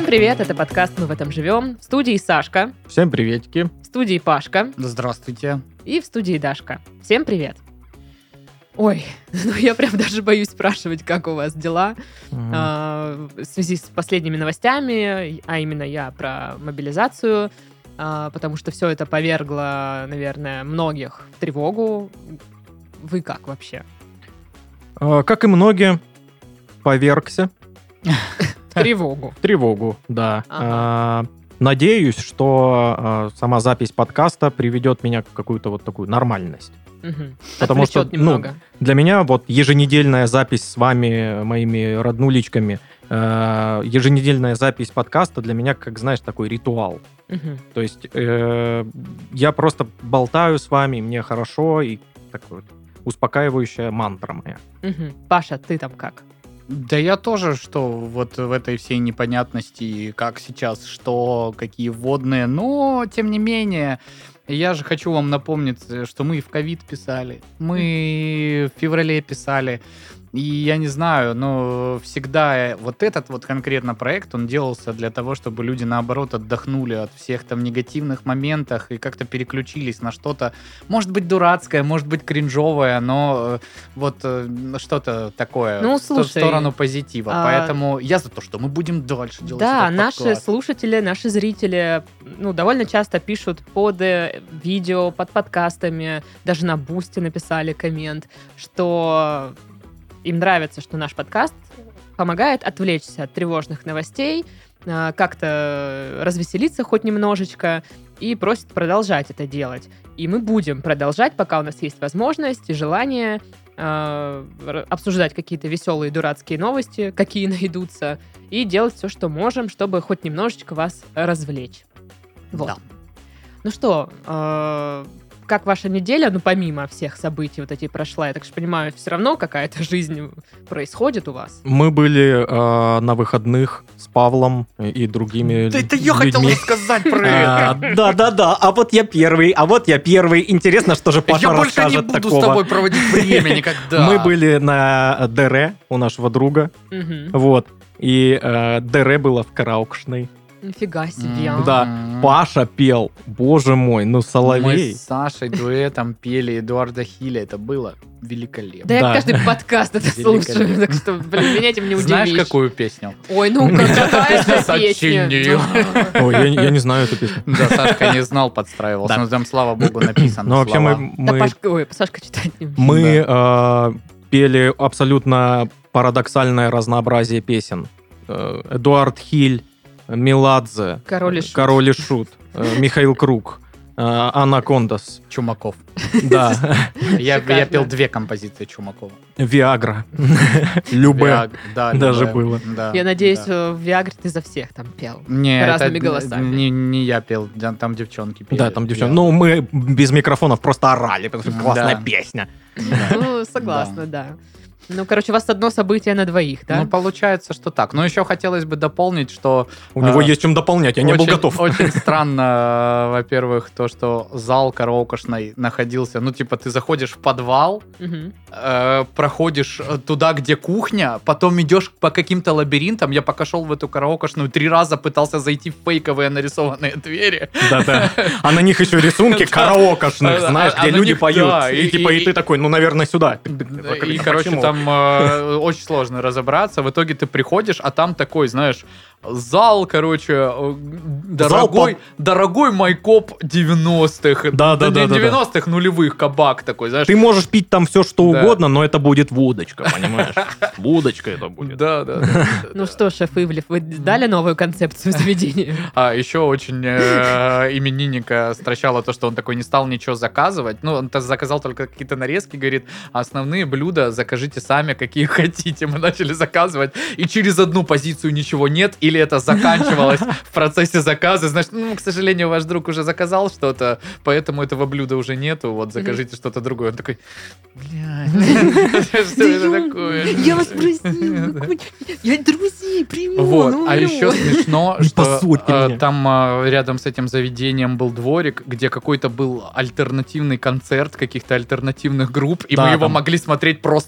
привет, это подкаст «Мы в этом живем». В студии Сашка. Всем приветики. В студии Пашка. Здравствуйте. И в студии Дашка. Всем привет. Ой, ну я прям даже боюсь спрашивать, как у вас дела. В связи с последними новостями, а именно я про мобилизацию, потому что все это повергло, наверное, многих в тревогу. Вы как вообще? Как и многие, повергся. Тревогу. Тревогу, да. Ага. Надеюсь, что сама запись подкаста приведет меня к какую-то вот такую нормальность. Угу. Потому что немного. Для меня вот еженедельная запись с вами, моими роднулечками, еженедельная запись подкаста для меня, как, знаешь, такой ритуал. Угу. То есть я просто болтаю с вами, и мне хорошо, и такой успокаивающая мантра моя. Угу. Паша, ты там как? Да я тоже, что вот в этой всей непонятности, как сейчас, что, какие вводные, но, тем не менее, я же хочу вам напомнить, что мы в ковид писали, мы в феврале писали, и я не знаю, но всегда вот этот вот конкретно проект, он делался для того, чтобы люди, наоборот, отдохнули от всех там негативных моментов и как-то переключились на что-то, может быть, дурацкое, может быть, кринжовое, но вот что-то такое в сторону позитива. Поэтому я за то, что мы будем дальше делать этот подкаст. Да, наши слушатели, наши зрители довольно часто пишут под видео, под подкастами, даже на Бусти написали коммент, что им нравится, что наш подкаст помогает отвлечься от тревожных новостей, как-то развеселиться хоть немножечко, и просят продолжать это делать. И мы будем продолжать, пока у нас есть возможность и желание обсуждать какие-то веселые дурацкие новости, какие найдутся, и делать все, что можем, чтобы хоть немножечко вас развлечь. Вот. Да. Ну что, как ваша неделя, помимо всех событий вот этих прошла, я так же понимаю, все равно какая-то жизнь происходит у вас? Мы были на выходных с Павлом и другими людьми. Это я хотел сказать про это. Да. А вот я первый. Интересно, что же Паша расскажет такого. Я больше не буду с тобой проводить время никогда. Мы были на ДР у нашего друга. Вот. И ДР было в караокшной. Нифига себе. Да, Паша пел, боже мой, соловей. Мы с Сашей дуэтом пели Эдуарда Хиля, это было великолепно. Да, я каждый подкаст это слушаю, так что, меня этим не удивишь. Знаешь, какую песню? Ой, какая песня? Ой, я не знаю эту песню. Да, Сашка не знал, подстраивался, но там, слава богу, написано. Ну, вообще Пашка читать не умеет. Мы пели абсолютно парадоксальное разнообразие песен. Эдуард Хиль, Меладзе, Король и Шут, Михаил Круг, Анакондас, Чумаков. Да. Я пел 2 композиции Чумакова. Виагра. Любэ. Даже было. Я надеюсь, в Виагре ты за всех там пел. Разными голосами. Не я пел, там девчонки пели. Да, там девчонки. Мы без микрофонов просто орали, потому что классная песня. Согласна, да. У вас одно событие на двоих, да? Получается, что так. Но еще хотелось бы дополнить, что... У него есть чем дополнять, я не был готов. Очень странно, во-первых, то, что зал караокешный находился... ты заходишь в подвал, проходишь туда, где кухня, потом идешь по каким-то лабиринтам. Я пока шел в эту караокешную, 3 раза пытался зайти в фейковые нарисованные двери. Да. А на них еще рисунки караокешных, знаешь, где люди поют. И ты такой, наверное, сюда. И, короче, там очень сложно разобраться. В итоге ты приходишь, а там такой, знаешь, зал, дорогой майкоп 90-х. Да. 90-х нулевых кабак такой, знаешь. Ты можешь пить там все, что угодно, но это будет водочка, понимаешь? Водочка это будет. Да. Ну что, шеф Ивлев, вы дали новую концепцию заведения? А еще очень именинника стращало то, что он такой не стал ничего заказывать. Он заказал только какие-то нарезки, говорит, а основные блюда закажите сами, какие хотите. Мы начали заказывать, и через одну позицию ничего нет, или это заканчивалось в процессе заказа. Значит, к сожалению, ваш друг уже заказал что-то, поэтому этого блюда уже нету, вот закажите что-то другое. Он такой, блядь, что это такое? Я вас просил, я друзей приму. Вот, а еще смешно, что там рядом с этим заведением был дворик, где какой-то был альтернативный концерт каких-то альтернативных групп, и мы его могли смотреть просто открыв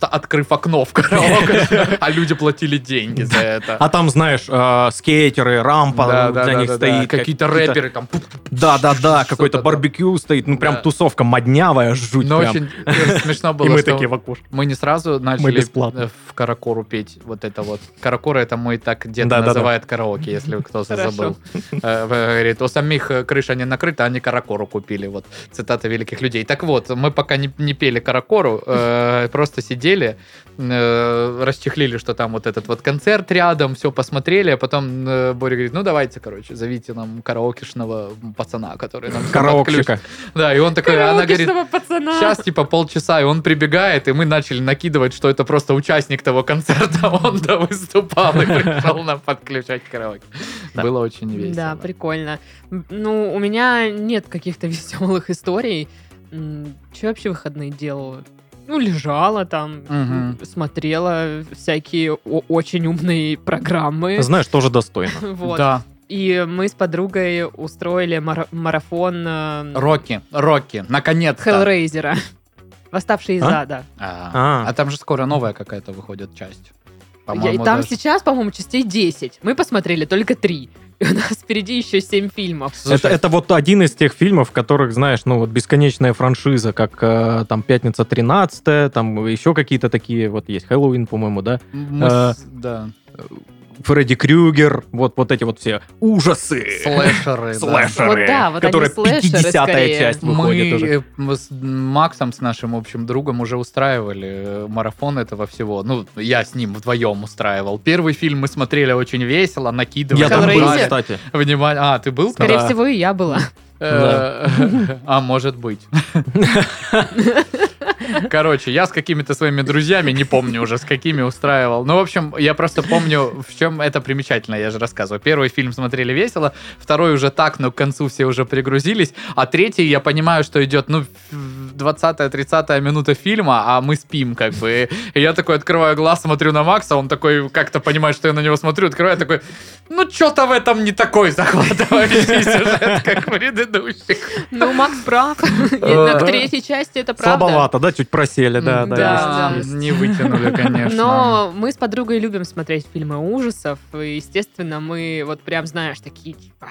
открыв окно в караоке, а люди платили деньги за это. А там, знаешь, скейтеры, рампа для них стоит. Какие-то рэперы там. Да, какой-то барбекю стоит, ну прям тусовка моднявая, жуть Но прям. очень смешно было, И мы что такие в окошко. мы не сразу Мы начали бесплатно. в каракору петь вот это вот. Каракора — это мой так дед Да-да-да. называет караоке, если кто-то Хорошо. забыл. Говорит, у самих крыша не накрыта, они каракору купили. Вот цитата великих людей. Так вот, мы пока не пели каракору, просто сидели, расчехлили, что там вот этот вот концерт рядом, все посмотрели, а потом Боря говорит, ну давайте, короче, зовите нам караокешного пацана, который нам всё Караокщика. подключит. Да, и он такой, она говорит, Караокешного пацана. сейчас типа полчаса, и он прибегает, и мы начали накидывать, что это просто участник того концерта, он выступал и пришел нам подключать караоке. Да. Было очень весело. Да, прикольно. Ну, у меня нет каких-то веселых историй. Что я вообще в выходные делала? Ну, лежала там, Мгм. смотрела всякие очень умные программы. Знаешь, тоже достойно. Вот. Да, И мы с подругой устроили марафон Рокки, наконец-то. Хеллрейзера. Восставшие из А? ада. А там же скоро новая какая-то выходит часть. И По-моему, там даже. сейчас, по-моему, частей 10. Мы посмотрели только 3. И у нас впереди еще 7 фильмов. Слушай, Это вот один из тех фильмов, в которых, знаешь, ну вот бесконечная франшиза, как там «Пятница 13», там еще какие-то такие, вот есть «Хэллоуин», по-моему, да? Да. Фредди Крюгер, вот эти вот все ужасы. Слэшеры. да. Слэшеры, Вот да, вот которые они слэшеры 50-я скорее. часть выходит уже. Мы с Максом, с нашим общим другом, уже устраивали марафон этого всего. Ну, я с ним вдвоем устраивал. Первый фильм мы смотрели очень весело, накидывали. Я там был, Хеллрейзер? кстати. Внимание. А, ты был? Скорее Да. всего, и я была. А может быть. Короче, я с какими-то своими друзьями, не помню уже, с какими устраивал. Ну, в общем, я просто помню, в чем это примечательно, я же рассказываю. Первый фильм смотрели весело, второй уже так, но к концу все уже пригрузились, а третий, я понимаю, что идет, 20-30 минута фильма, а мы спим, как бы. И я такой открываю глаз, смотрю на Макса, он такой как-то понимает, что я на него смотрю, открываю, такой, ну, что-то в этом не такой захватывающий сюжет, как в предыдущих. Ну, Макс прав. К третьей части это правда. Слабовато, да? Чуть просели, да. Да, есть. не вытянули, конечно. Но мы с подругой любим смотреть фильмы ужасов. И, естественно, мы вот прям, знаешь, такие типа...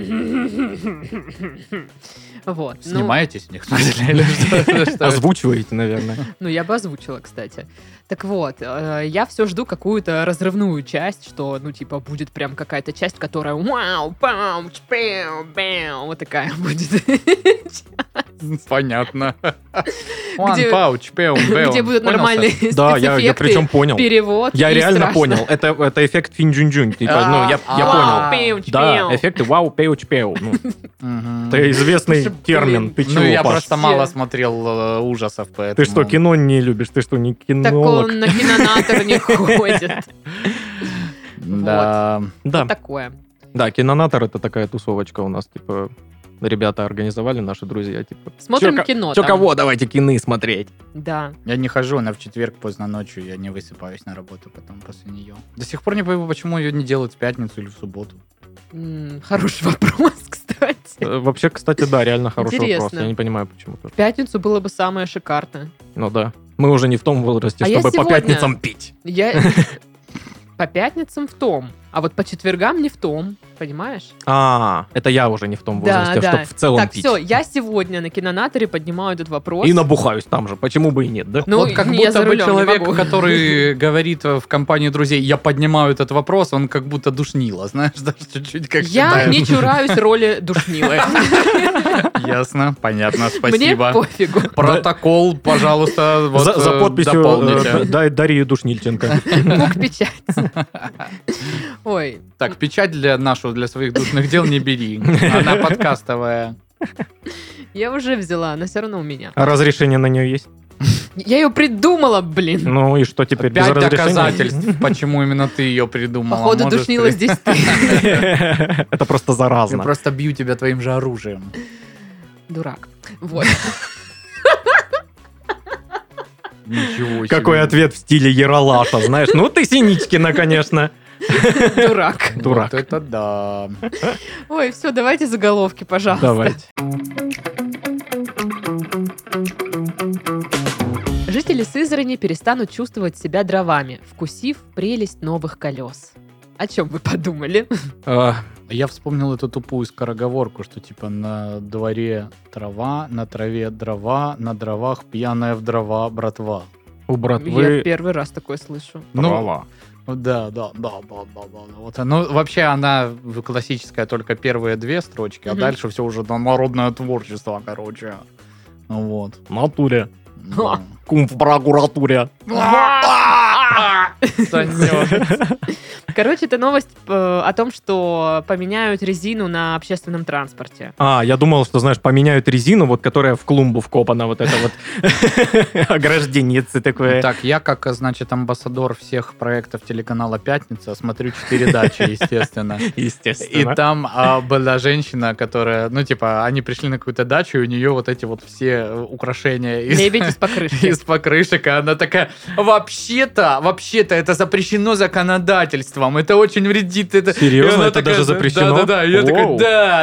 Вот. Ну, Снимаете с них, в смысле, или что? Озвучиваете, наверное. Ну, я бы озвучила, кстати. Так вот, я все жду какую-то разрывную часть, что, ну, типа, будет прям какая-то часть, которая вау, пау, чпэу, бэу, вот такая будет. Понятно. Где- One pouch, пеум, беум. Где будут Понял, нормальные Да, я спецэффекты, причем понял. перевод. Я и реально страшно. понял. Это эффект финь-джунь-джунь. Типа, ну, я Вау, понял. пэу, Да, чпэу. эффекты вау, пеу, чпеу. Ну, Мгм. это известный Слушай, термин. блин. Ты чего, Ну, я Паш? просто мало смотрел ужасов, поэтому... Ты что, кино не любишь? Ты что, не Так кинолог? он на кинонатор не ходит. Да. Да, Такое. да, кинонатор — это такая тусовочка у нас, типа, ребята организовали, наши друзья, типа... Смотрим «Чё, кино Чё, там». кого? Давайте кины смотреть. Да. Я не хожу, она в четверг поздно ночью, я не высыпаюсь на работу потом после нее. До сих пор не пойму, почему ее не делают в пятницу или в субботу. Хороший вопрос, кстати. Вообще, кстати, да, реально хороший Интересно. вопрос. Я не понимаю, почему тоже. В пятницу было бы самое шикарное. Ну да. Мы уже не в том возрасте, А я чтобы по сегодня- пятницам пить. Я по пятницам в том, а вот по четвергам не в том, понимаешь? Это я уже не в том Да, возрасте, да. чтобы в целом Так, пить. все, я сегодня на кинонаторе поднимаю этот вопрос. И набухаюсь там же. Почему бы и нет, да? Ну, Вот как я за будто бы рулем не человек, могу. который говорит в компании друзей, я поднимаю этот вопрос, он как будто душнило, знаешь, даже чуть-чуть как Я считает. не чураюсь роли душнилы. Ясно, понятно, Мне спасибо. пофигу. Протокол, пожалуйста, вот, За подписью дополните. Дарьи Душнильченко. Пук печать. Ой, Так, печать для своих душных дел не бери. Она подкастовая. я уже взяла, она все равно у меня. А разрешение на нее есть? Я ее придумала, блин. Ну и что теперь, без Пять разрешения? доказательств, почему именно ты ее придумала. Походу, Может, душнила ты- здесь ты. Это просто Я заразно. просто бью тебя твоим же оружием. Дурак. Вот. Ничего себе. Какой ответ в стиле Ералаша, знаешь? Ну ты Синичкина, конечно. Дурак. Дурак. Вот это да. Ой, все, давайте заголовки, пожалуйста. Давайте. Жители Жители Сызрани перестанут чувствовать себя дровами, вкусив прелесть новых колес. О чем вы подумали? Я вспомнил эту тупую скороговорку, что типа на дворе трава, на траве дрова, на дровах пьяная в дрова братва. У Я братвы первый раз такое слышу. права. Да. Вот, ну, вообще она классическая, только первые две строчки, а Мгм. дальше все уже народное творчество, короче. Вот. В натуре. Да. Кум в прокуратуре. Санёк. Короче, это новость о том, что поменяют резину на общественном транспорте. Я думал, что, знаешь, поменяют резину, вот которая в клумбу вкопана, вот это вот огражденницы такое. Так, я как, значит, амбассадор всех проектов телеканала «Пятница» смотрю 4 дачи, естественно. И Естественно. там была женщина, которая, ну, типа, они пришли на какую-то дачу, и у нее вот эти вот все украшения Лебедь из покрышки. из покрышек, и она такая, вообще-то, это запрещено законодательством, это очень вредит. Серьезно? И она Это такая, даже запрещено? Да. И я такой, Воу. да,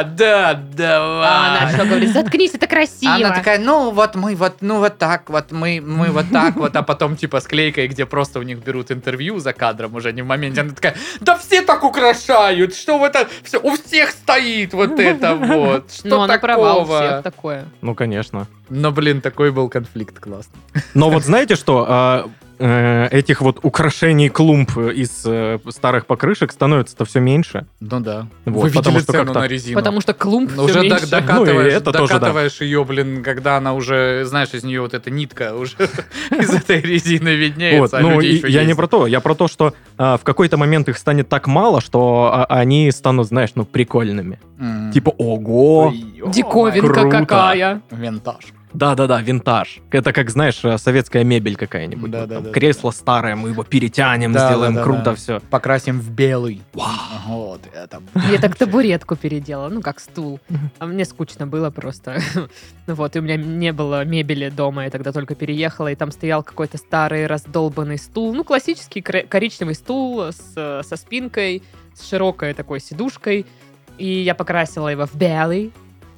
А она давай. что говорит? Заткнись, это красиво. Она такая, ну вот мы вот так вот, мы вот так вот, а потом типа склейкой, где просто у них берут интервью за кадром уже не в моменте. Она такая, да все так украшают, что вот это, все, у всех стоит вот это вот, что Ну, она права, у всех такого? такое. Ну, конечно. Но, блин, такой был конфликт классный. Но вот знаете что? Этих вот украшений клумб из старых покрышек становится-то все меньше. Ну да. Вот, Вы потому видели что цену как-то- на резину? Потому что клумб Ну, все уже меньше. докатываешь ее, блин, когда она уже, знаешь, из нее вот эта нитка уже из этой резины Вот, виднеется, а ну, люди и еще я не есть. про то, я про то, что в какой-то момент их станет так мало, что они станут, знаешь, ну, прикольными. М. Типа, ого, Ой, Диковинка Круто. какая. Винтаж. да-да-да, винтаж. Это как, знаешь, советская мебель какая-нибудь. Вот там Да-да-да-да. кресло старое, мы его перетянем, Да, сделаем да, да, круто да. все. Покрасим в белый. Вот, это... Я так табуретку переделала, ну, как стул. А мне скучно было просто. Ну вот, и у меня не было мебели дома, я тогда только переехала, и там стоял какой-то старый раздолбанный стул. Ну, классический коричневый стул со спинкой, с широкой такой сидушкой. И я покрасила его в белый.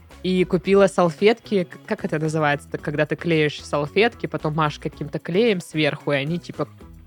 И купила салфетки. Как это называется? Когда ты клеишь салфетки, потом машешь каким-то клеем сверху, и они типа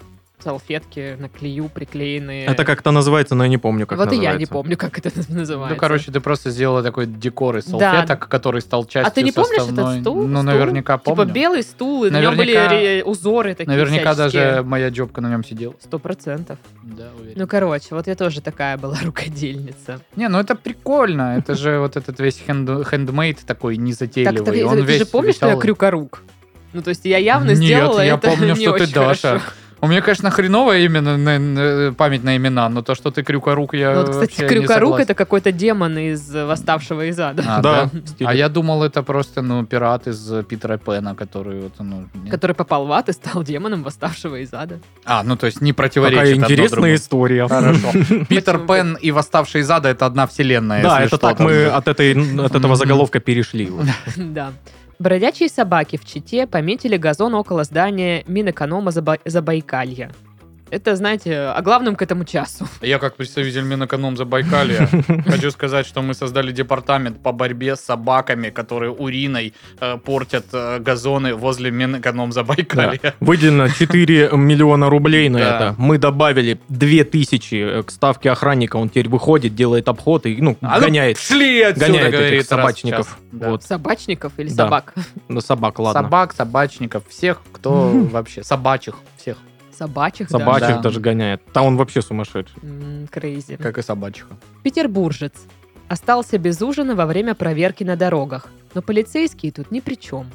салфетки на клею приклеенные. Это как-то называется, но я не помню, как Вот и называется. я не помню, как это называется. Ну, короче, ты просто сделала такой декор из Да. салфеток, который стал частью А ты не помнишь составной. этот стул? Ну, Стул? наверняка помню. Типа белый стул, и на нем были Наверняка- узоры такие Наверняка всяческие. даже моя джобка на нем сидела. 100%. Да, уверен. Ну, короче, вот я тоже такая была рукодельница. Не, ну это прикольно. Это же вот этот весь хендмейд такой Так, незатейливый. ты, Он ты весь же помнишь, что я веселый. крюкорук? Ну, то есть я явно Нет, сделала я это помню, не что ты очень Даша. хорошо. У меня, конечно, хреновая именно память на имена, но то, что ты крюкорук, я Ну, вот, кстати, вообще не крюкорук — согласен. это какой-то демон из «Восставшего из ада», А, Да, да? стиль. А я думал, это просто, ну, пират из Питера Пэна, который вот, ну... нет. который попал в ад и стал демоном «Восставшего из ада». Ну, то есть не противоречит Какая одно интересная другому. история. Хорошо. Питер Почему? Пен и Восставший из ада — это одна вселенная, Да, если это что, так там. мы от этого Мгм. заголовка перешли. Да. Бродячие собаки в Чите пометили газон около здания Минэконома Забайкалья. Это, знаете, о главном к этому часу. Я, как представитель Минэкономзабайкалья, хочу сказать, что мы создали департамент по борьбе с собаками, которые уриной портят газоны возле Минэкономзабайкалья. Выделено 4 миллиона рублей на Да. это. Мы добавили 2000 к ставке охранника. Он теперь выходит, делает обход и, ну, А ну, гоняет. шли отсюда, гоняет этих говорит, раз в собачников. час. Да. Вот. Собачников или Да. собак? Ну, собак, ладно. Собак, собачников, всех, кто вообще, собачьих, всех, Собачьих, Собачьих Да. даже гоняет. Там он вообще сумасшедший. Крейзи. как и собачьих. Петербуржец. Остался без ужина во время проверки на дорогах. Но полицейские тут ни при чем.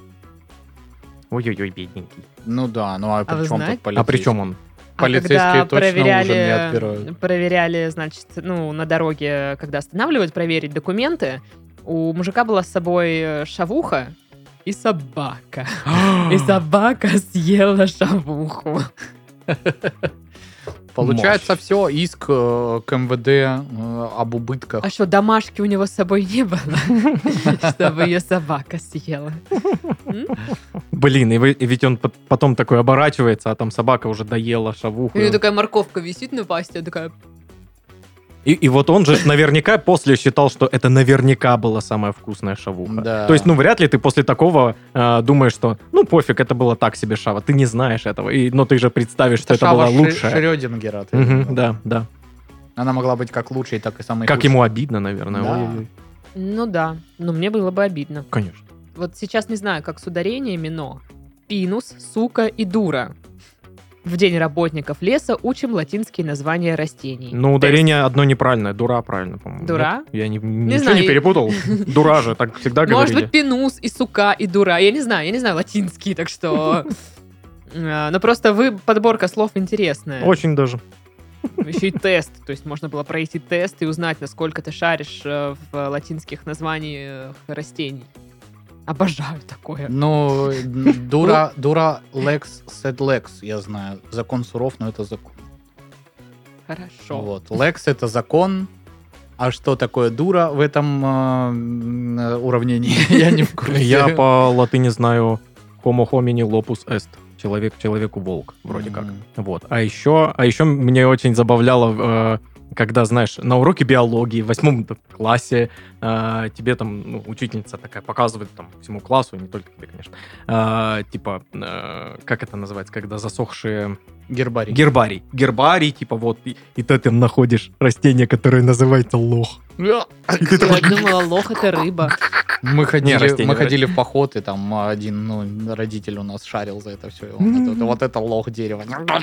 Ой-ой-ой, бедненький. Ну да, ну а вы при чем знаете? тут полицейский? А при чем он? Полицейские когда точно ужин не отбирают. проверяли, значит, ну, на дороге, когда останавливают, проверить документы, у мужика была с собой шавуха и собака. И собака съела шавуху. Получается все, иск к МВД об убытках. А что, домашки у него с собой не было? Чтобы ее собака съела. Блин, и ведь он потом такой оборачивается, а там собака уже доела шавуху. У нее такая морковка висит на пасте, такая... И вот он же наверняка после считал, что это наверняка была самая вкусная шавуха. Да. То есть, вряд ли ты после такого думаешь, что, пофиг, это было так себе шава. Ты не знаешь этого, но ты же представишь, что это шава была лучшая. Шрёдингера. ты Мгм, думал. да. Она могла быть как лучшей, так и самой Как худшей. ему обидно, наверное. Да. Ой-ой-ой. Ну да, но мне было бы обидно. Конечно. Вот сейчас не знаю, как с ударениями, но пинус, сука и дура. В День работников леса учим латинские названия растений. Но ударение одно неправильное. Дура правильно, по-моему. Дура? Нет? Я ничего знаю. не перепутал. Дура же, так всегда Может говорили. быть, пинус и сука и дура. Я не знаю латинский, так что... Но просто подборка слов интересная. Очень даже. Еще и тест. То есть можно было пройти тест и узнать, насколько ты шаришь в латинских названиях растений. Обожаю такое. Ну, дура лекс sed lex, я знаю. Закон суров, но это закон. Хорошо. Вот. Лекс — это закон. А что такое дура в этом уравнении? Я не в курсе. Я по латыни знаю homo homini lopus est. Человек человеку волк, вроде как. Вот. А еще меня очень забавляло, когда, знаешь, на уроке биологии в 8 классе тебе там учительница такая показывает там всему классу, не только тебе, конечно, типа, как это называется, когда засохшие... Гербарий. Гербарий, типа вот, и ты там находишь растение, которое называется лох. Я думала, лох — это рыба. Мы растение, ходили в поход, и там один родитель у нас шарил за это все. Вот это лох дерева.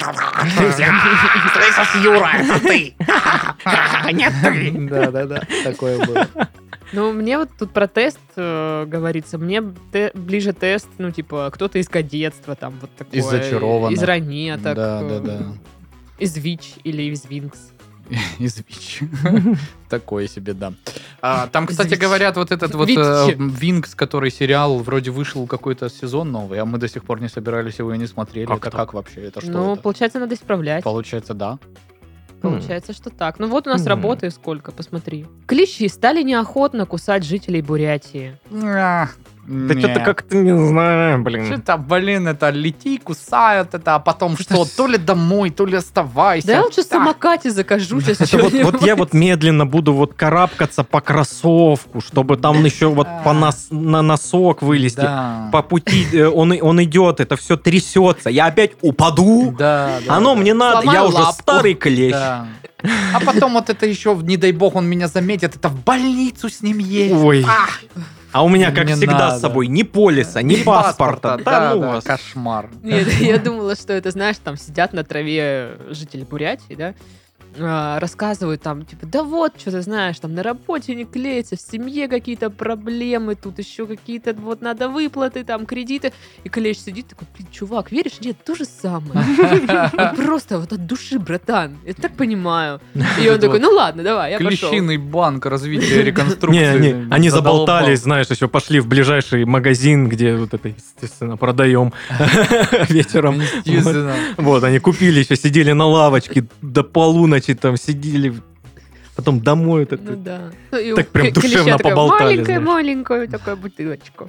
Слышишь, Юра, это ты! Нет, ты! Да, такое было. Ну, мне вот тут про тест говорится. Мне ближе тест, ну, типа, кто-то из кадетства, там, вот такое. Из зачарованных. Из ранеток. Да. Из ВИЧ или из Винкс. Из ВИЧ. Такое себе, да. Там, кстати, Вич. говорят, вот этот вот Вич. Винкс, который сериал, вроде вышел какой-то сезон новый, а мы до сих пор не собирались его и не смотрели. Как Это так? как вообще? Это что Ну, это? получается, надо исправлять. Получается, да. Получается, что так. Ну, вот у нас работы сколько, посмотри. Клещи стали неохотно кусать жителей Бурятии. Да что-то как-то не знаю, блин. Что-то, блин, это лети, кусают это, а потом что? То ли домой, то ли оставайся. Да я лучше в самокате закажу сейчас. Это вот я вот медленно буду вот карабкаться по кроссовку, чтобы там еще вот на носок вылезти. Да. По пути он идет, это все трясется. Я опять упаду. Да. Оно мне надо, Сломаю я уже лапку. старый клещ. Да. А потом вот это еще, не дай бог, он меня заметит, это в больницу с ним едет. Ой. А у меня, как Не всегда, надо. с собой ни полиса, ни паспорта. Да ну да, вас. кошмар. Нет, я думала, что это, знаешь, там сидят на траве жители Бурятии, да, рассказывают там, типа, да вот, что ты знаешь, там на работе не клеится, в семье какие-то проблемы, тут еще какие-то, вот надо выплаты, там кредиты. И клещ сидит такой, блин, чувак, веришь? Нет, то же самое. Вот просто вот от души, братан. Я так понимаю. И он такой, ну ладно, давай, я пошел. Клещиный банк развития реконструкции. Они Задолбал. заболтались, знаешь, еще пошли в ближайший магазин, где вот это, естественно, продаем вечером. Естественно. Вот, они купили еще, сидели на лавочке до полуночи, там сидели, потом домой вот это. Ну да. Ну, и Так прям у клеща душевно такая поболтали, знаешь. маленькая такая бутылочка.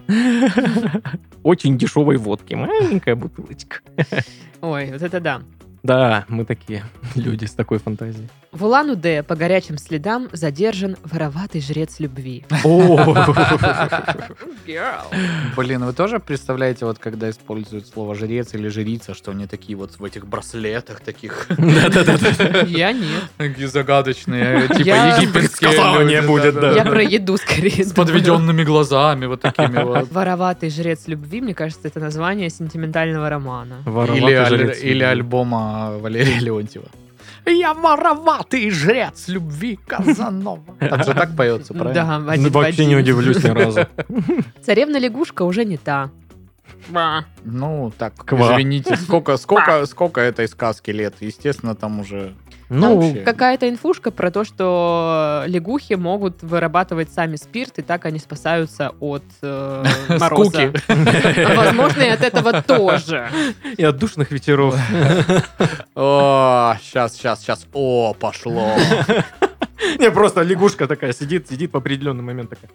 Очень дешевой водки, маленькая бутылочка. Ой, вот это да. Да, мы такие люди с такой фантазией. В Улан-Удэ по горячим следам задержан вороватый жрец любви. Блин, вы тоже представляете, вот когда используют слово жрец или жрица, что они такие вот в этих браслетах таких Да-да-да. Я нет. такие загадочные, типа Я- египетские Предсказания люди, будет, да. Я про еду скорее. С подведенными глазами, вот такими вот. Вороватый жрец любви, мне кажется, это название сентиментального романа. Или альбома Валерия Леонтьева. Я вороватый жрец любви Казанова. Там же так поется, правильно? Да, один в Вообще не один. удивлюсь ни разу. Царевна-лягушка уже не та. Ну, так, Ква. извините, сколько этой сказки лет? Естественно, там уже... Ну, вообще. Какая-то инфушка про то, что лягухи могут вырабатывать сами спирт, и так они спасаются от мороза. Скуки. А возможно, и от этого тоже. и от душных вечеров. О, сейчас. О, пошло. Не, просто лягушка такая сидит в определенный момент такая.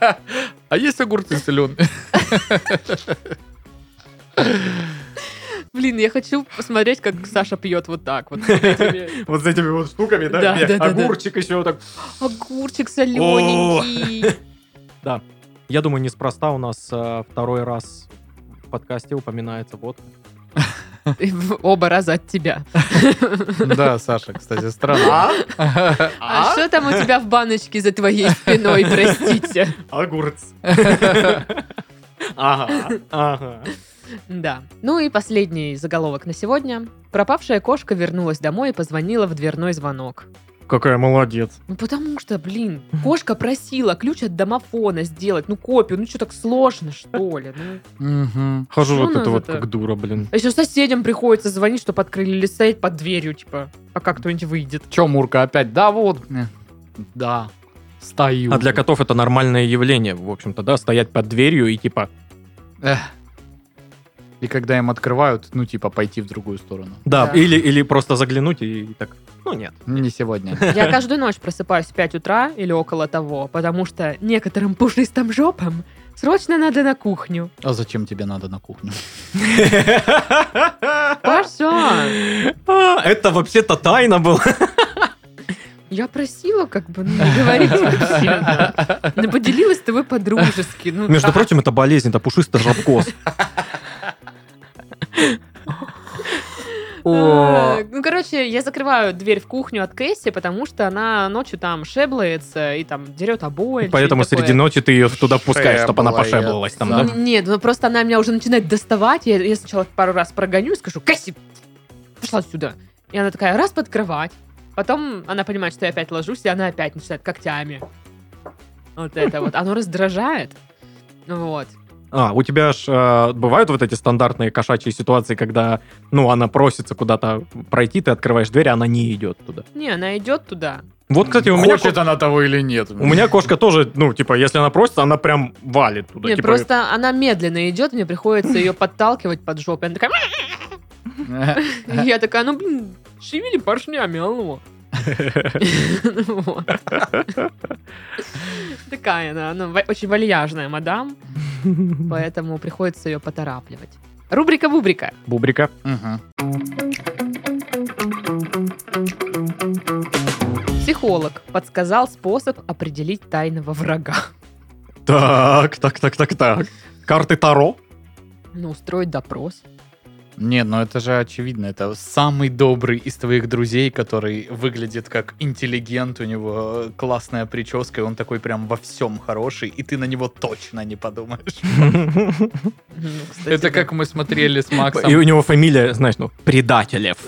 А есть огурцы соленые? Блин, я хочу посмотреть, как Саша пьет вот так вот. с этими- Вот с этими вот штуками, Да, да, да, да. Огурчик еще так. Огурчик солененький. Да. Я думаю, неспроста у нас второй раз в подкасте упоминается водка. Оба раза от тебя. Да, Саша, кстати, странно. А что там у тебя в баночке за твоей спиной, простите? Огурец. Ага. Да. Ну и последний заголовок на сегодня. Пропавшая кошка вернулась домой и позвонила в дверной звонок. Какая молодец. Ну потому что, блин, кошка просила ключ от домофона сделать, копию, что так сложно, что ли? Мгм. Хожу Что вот она это вот это? как дура, блин. А еще соседям приходится звонить, чтобы открыли или стоять под дверью, типа, пока кто-нибудь выйдет. Че, Мурка, опять? Да, вот. Да. Стою. А для котов это нормальное явление, в общем-то, да, стоять под дверью и типа... Эх. И когда им открывают, пойти в другую сторону. Да, Да. или просто заглянуть и так... Ну, нет. Не сегодня. Я каждую ночь просыпаюсь в 5 утра или около того, потому что некоторым пушистым жопам срочно надо на кухню. А зачем тебе надо на кухню? Паша! Это вообще-то тайна была. Я просила, не говорить вообще. Да. Ну, поделилась с тобой по-дружески. Между прочим, это болезнь, это пушистый жабкоз. Короче, я закрываю дверь в кухню от Кэсси, потому что она ночью там шеблается и там дерет обои. Поэтому что-нибудь среди такое. ночи ты ее туда пускаешь, чтобы она Шеблается. пошеблалась там, да? Нет, просто она меня уже начинает доставать. Я сначала пару раз прогоню и скажу: Кэсси, пошла сюда. И она такая, раз под кровать. Потом она понимает, что я опять ложусь, и она опять начинает когтями. Вот это вот. Оно раздражает. Вот. У тебя ж бывают вот эти стандартные кошачьи ситуации, когда, она просится куда-то пройти, ты открываешь дверь, а она не идет туда. Не, она идет туда. Вот, кстати, у меня... Хочет она того или нет. У меня кошка тоже, если она просится, она прям валит туда. Нет, просто она медленно идет, мне приходится ее подталкивать под жопу. Она такая... И я такая, шевели поршнями, алло. Вот. Такая она очень вальяжная мадам, поэтому приходится ее поторапливать. Рубрика-бубрика. Бубрика. Мгм. Психолог подсказал способ определить тайного врага. Так. Карты Таро? Устроить допрос. Нет, это же очевидно. Это самый добрый из твоих друзей, который выглядит как интеллигент, у него классная прическа, и он такой прям во всем хороший, и ты на него точно не подумаешь. Кстати, Это да. как мы смотрели с Максом. И у него фамилия, знаешь, Предателев.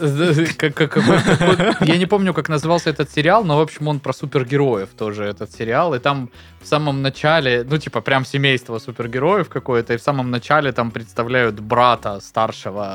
Я не помню, как назывался этот сериал, но, в общем, он про супергероев тоже, этот сериал. И там в самом начале, прям семейство супергероев какое-то, и в самом начале там представляют брата старшего,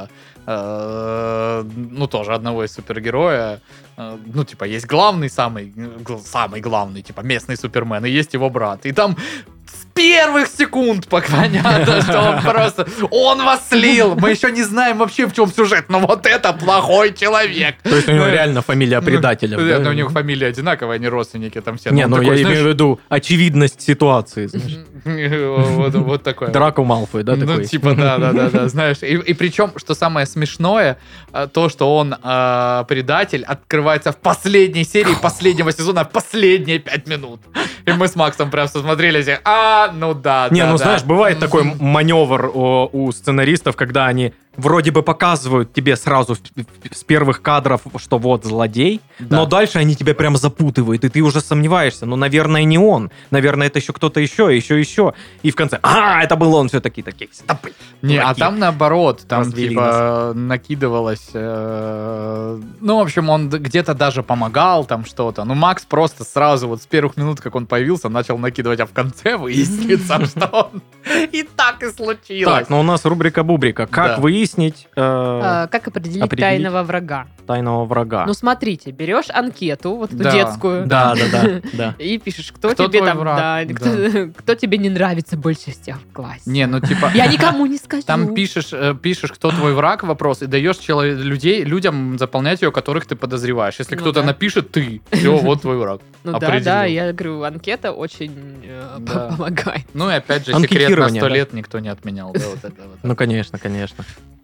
тоже одного из супергероя. Есть главный, самый главный, местный Супермен, и есть его брат. И там с первых секунд понятно, что он вас слил. Мы еще не знаем вообще, в чем сюжет, но вот это плохой человек. То есть у него реально фамилия Предателев. Да, да? у них фамилия одинаковая, они родственники там все. Не, Но он я такой, имею в виду очевидность ситуации, знаешь. вот такое. Драко Малфой, да, такой? Да, знаешь. И причем, что самое смешное, то, что он предатель, открывается в последней серии последнего сезона, в последние 5 минут. И мы с Максом прям смотрели, да. Знаешь, бывает такой маневр у сценаристов, когда они вроде бы показывают тебе сразу с первых кадров, что вот злодей, Да. но дальше они тебя прям запутывают, и ты уже сомневаешься, наверное, не он, наверное, это еще кто-то еще. И в конце, это был он все-таки, такие, стоп, Не, а дураки. там наоборот, там Развели накидывалось, в общем, он где-то даже помогал там что-то, Макс просто сразу вот с первых минут, как он появился, начал накидывать, а в конце выяснится, что он и так и случилось. Так, у нас рубрика-бубрика. Как Да. выяснить Как определить тайного врага? тайного врага? Смотрите, берешь анкету, вот эту Да. детскую, Да. и пишешь, кто Кто тебе твой там, враг? да, кто тебе не нравится больше всех в классе. Не, Я никому не скажу. там пишешь, кто твой враг, вопрос, и даешь людям заполнять ее, которых ты подозреваешь. Если Ну кто-то да. напишет, ты, все, вот твой враг. Да, определил. я говорю, анкета очень Да. помогает. И опять же, секрет на Анкетирование, 100 да. лет никто не отменял. Да, вот это вот. Конечно.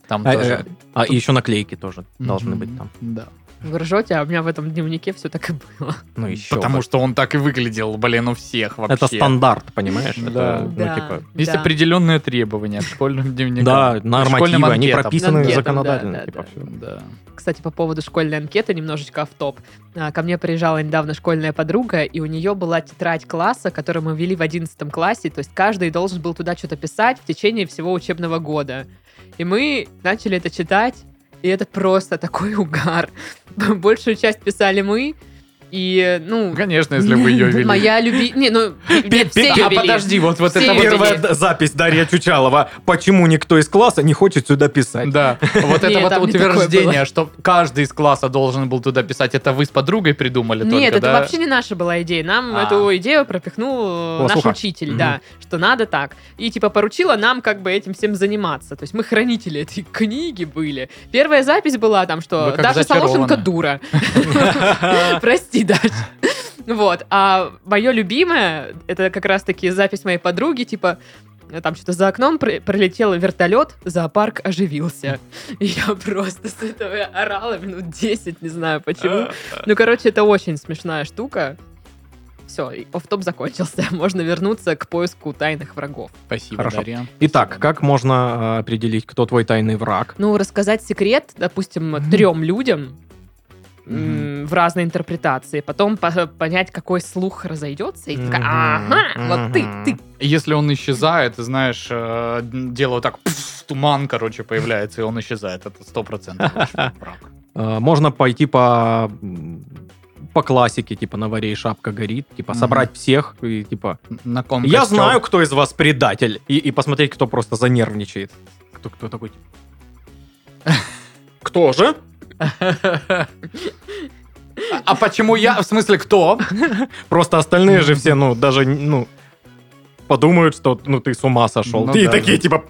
Там тоже. И еще наклейки тоже должны быть там. Да. Вы ржете, а у меня в этом дневнике все так и было. Ну, еще Потому что он так и выглядел, у всех вообще. это стандарт, понимаешь? Да. Это, Да. типа... Есть Да. определенные требования к школьным дневникам. Да, Школьным нормативы, они анкетам. прописаны Анкетам, законодательно. да, типа, да. всё. Да. Кстати, по поводу школьной анкеты, немножечко автоп. Ко мне приезжала недавно школьная подруга, и у нее была тетрадь класса, которую мы вели в 11 классе, то есть каждый должен был туда что-то писать в течение всего учебного года. И мы начали это читать, и это просто такой угар. Большую часть писали мы, и, ну... Конечно, если вы ее вели. Моя не, ну, нет, все её А вели. подожди, вот Все это её вот... вели. Первая запись Дарья Чучалова. Почему никто из класса не хочет сюда писать? Да, вот это Нет, вот там не такое утверждение, было. что каждый из класса должен был туда писать, это вы с подругой придумали только, Нет, это да? вообще не наша была идея. Нам А. эту идею пропихнул наш Ласуха. учитель, Мгм. да, что надо так. И типа поручила нам как бы этим всем заниматься. То есть мы хранители этой книги были. Первая запись была там, Вы что как Даша Солошенко зачарованы. дура. Прости, Даша. Вот. А мое любимое, это как раз-таки запись моей подруги, типа, там что-то за окном пролетел вертолет, зоопарк оживился. И я просто с этого орала минут 10, не знаю почему. Ну, короче, это очень смешная штука. Все, офф-топ закончился. Можно вернуться к поиску тайных врагов. Спасибо, Хорошо. Дарья. Итак, Спасибо. как можно определить, кто твой тайный враг? Ну, рассказать секрет, допустим, 3 людям в разной интерпретации, потом понять, какой слух разойдется, и ты такая, ага, вот ты. Если он исчезает, ты знаешь, дело вот так, туман, короче, появляется, и он исчезает. Это 100% ваш враг. Можно пойти по классике, типа на варе и шапка горит, типа собрать всех и типа На ком я костёр? знаю, кто из вас предатель, и посмотреть, кто просто занервничает. Кто такой? Кто же? А почему я? В смысле, кто? Просто остальные же все, ну, даже, ну, подумают, что, ну, ты с ума сошел. Ну И да, такие, да. типа,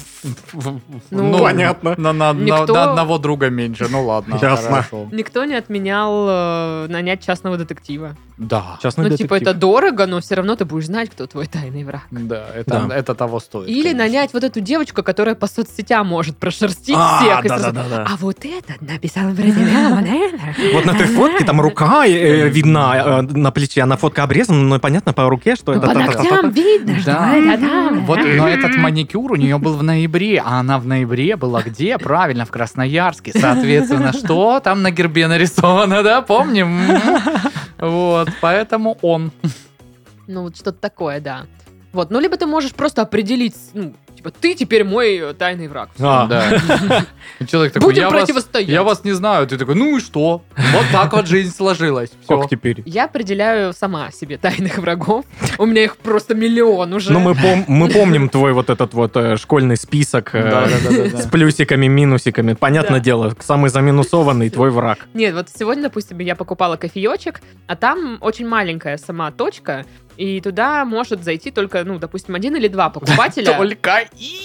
Ну, понятно. На Никто- одного друга меньше, ну ладно, Ясно. хорошо. Никто не отменял нанять частного детектива. Да, Частный Ну, типа, детектив. это дорого, но все равно ты будешь знать, кто твой тайный враг. да, Да. это того стоит. Или конечно. нанять вот эту девочку, которая по соцсетям может прошерстить А, всех. и сразу, да-да-да. А вот этот написал про тебя, вот это. Вот на той фотке там рука видна на плече, а на фотка обрезана, но понятно по руке, что это... По ногтям видно, что Да. это там. Вот, но этот маникюр у нее был в ноябре, а она в ноябре была где? Правильно, в Красноярске. Соответственно, что там на гербе нарисовано, да? Помним? Вот, поэтому он. Ну, вот что-то такое, да. Вот, ну, либо ты можешь просто определить, ну, типа, ты теперь мой тайный враг. Всё. А. Да. И человек такой, Будем противостоять. я вас не знаю. Ты такой, ну и что? Вот так вот жизнь сложилась. Всё. Как теперь? Я определяю сама себе тайных врагов. У меня их просто миллион уже. Ну, мы помним твой вот этот вот школьный список Да-да-да-да-да. с плюсиками, минусиками. Понятное Да. дело, самый заминусованный твой враг. Нет, вот сегодня, допустим, я покупала кофеечек, а там очень маленькая сама точка, и туда может зайти только, ну, допустим, 1 или 2 покупателя. Только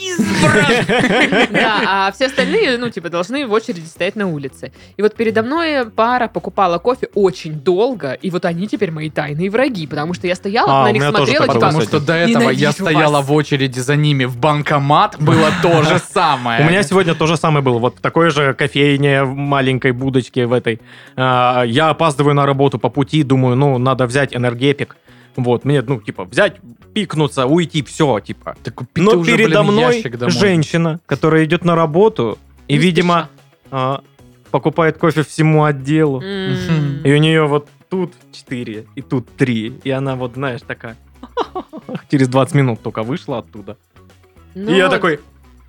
избран. Да, а все остальные, ну, типа, должны в очереди стоять на улице. И вот передо мной пара покупала кофе очень долго, и вот они теперь мои тайные враги, потому что я стояла А, на у них меня тоже смотрела, такое типа, Потому что до этого я Ненавижу стояла вас. в очереди за ними в банкомат, было то же самое. У меня сегодня то же самое было. Вот такое же кофейне в маленькой будочке в этой. Я опаздываю на работу по пути, думаю, ну, надо взять энергетик. Вот, мне, ну, типа, взять, пикнуться, уйти, все, типа. Так купи Но ты уже, передо блин, мной ящик домой. женщина, которая идет на работу и, Не видимо, покупает кофе всему отделу. М. И у нее вот тут 4, и тут 3. И она вот, знаешь, такая... Через 20 минут только вышла оттуда. Ну И я вот. такой...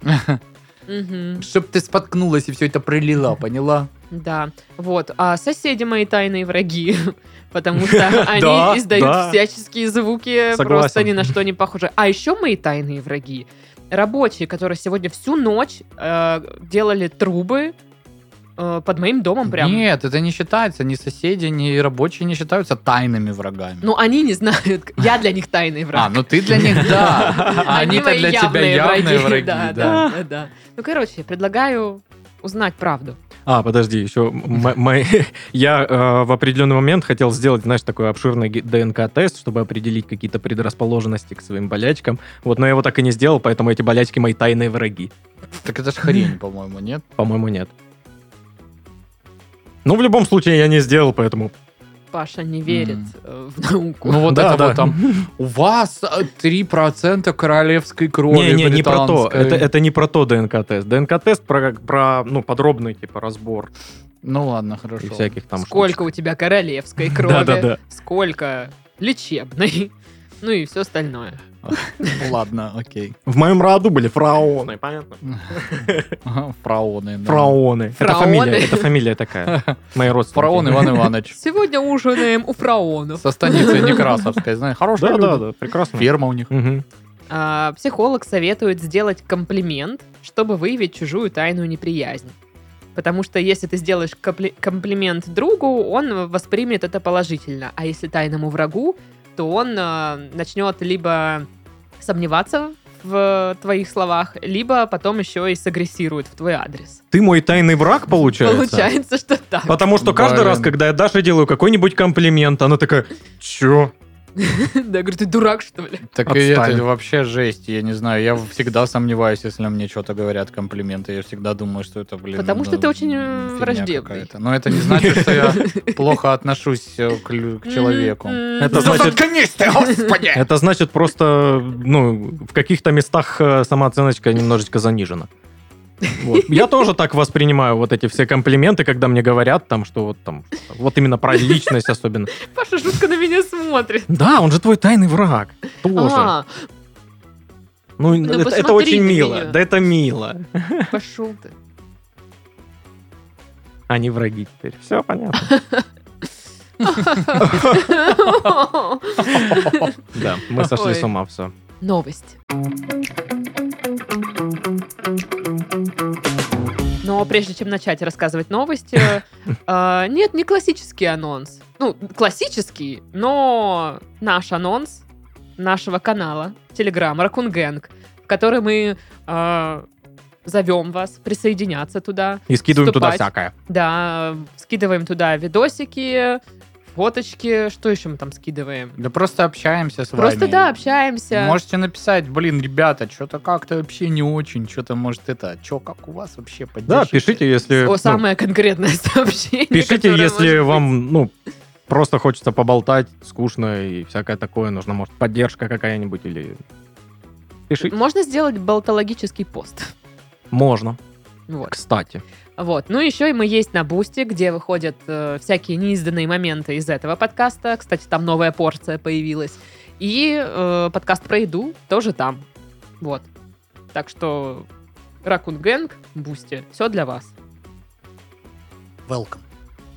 Мгм. Чтоб ты споткнулась и все это пролила, поняла? Да, вот. А соседи мои тайные враги, потому что они Да, издают да. всяческие звуки, Согласен. просто ни на что не похожи. А еще мои тайные враги рабочие, которые сегодня всю ночь делали трубы под моим домом прям. Нет, это не считается. Ни соседи, ни рабочие не считаются тайными врагами. Ну, они не знают. Я для них тайный враг. А, ну ты для них, да. А Они они-то мои для тебя явные враги, Да, да. да, да. Ну, короче, предлагаю узнать правду. Подожди, еще я в определенный момент хотел сделать, знаешь, такой обширный ДНК-тест, чтобы определить какие-то предрасположенности к своим болячкам. Вот, но я его так и не сделал, поэтому эти болячки мои тайные враги. Так это ж хрень, по-моему, нет? По-моему, нет. Ну, в любом случае, я не сделал, поэтому... Паша не верит в науку. Ну, вот Да, это да. вот там. У вас 3% королевской крови Не про то. британской. Это не про то ДНК-тест. ДНК-тест про подробный, типа, разбор Ну, ладно, хорошо. и всяких там Сколько у тебя королевской крови? Да-да-да. Сколько лечебной? Ну и все остальное. Ну, ладно, окей. В моем роду были фараоны, понятно? Фараоны. да. Фараоны. Фараоны? Это фамилия такая. Мои родственники. Фараон Иван Иванович. Сегодня ужинаем у фараонов. Со станицы Некрасовской, знаешь, хорошая люди. Да, прекрасно. Ферма у них. Мгм. Психолог советует сделать комплимент, чтобы выявить чужую тайную неприязнь. Потому что если ты сделаешь комплимент другу, он воспримет это положительно. А если тайному врагу, то он начнет либо сомневаться в твоих словах, либо потом еще и сагрессирует в твой адрес. Ты мой тайный враг, получается? Получается, что так. Потому что каждый Блин. раз, когда я Даше делаю какой-нибудь комплимент, она такая, чё? Да, говорю, ты дурак, что ли? Так и Отстань. это вообще жесть, я не знаю. Я всегда сомневаюсь, если мне что-то говорят комплименты. Я всегда думаю, что это, блин... Потому что ты очень фигня враждебный. какая-то. Но это не значит, что я плохо отношусь к человеку. Это значит- заткнись ты, господи! Это значит просто, ну, в каких-то местах самооценочка немножечко занижена. Вот. Я тоже так воспринимаю вот эти все комплименты, когда мне говорят там, что вот там, вот именно про личность особенно. Паша жутко на меня смотрит. Да, он же твой тайный враг. Тоже. А, Ну, это посмотри очень на мило. меня. Да это мило. пошел ты. Они враги теперь. Все понятно. Да, мы сошли Ой. с ума, все. Новость. Но прежде чем начать рассказывать новости, нет, не классический анонс. Ну, классический, но наш анонс нашего канала Telegram Raccoon Gang, в который мы зовем вас присоединяться туда. И скидываем туда Вступать. всякое. Да, скидываем туда видосики, фоточки, что еще мы там скидываем? Да просто общаемся с вами. Просто, да, общаемся. Можете написать, блин, ребята, что-то как-то вообще не очень, что-то может это, что как у вас вообще Да, поддержите? пишите, если... О, ну, самое конкретное сообщение. пишите, которое если может быть. вам, ну, просто хочется поболтать, скучно и всякое такое. Нужна, может, поддержка какая-нибудь или... Пишите. Можно сделать болтологический пост. Можно, Вот. кстати. Вот. Ну, еще и мы есть на Бусти, где выходят всякие неизданные моменты из этого подкаста. Кстати, там новая порция появилась. И подкаст про еду тоже там. Вот. Так что Raccoon Gang, Бусти, все для вас. Welcome.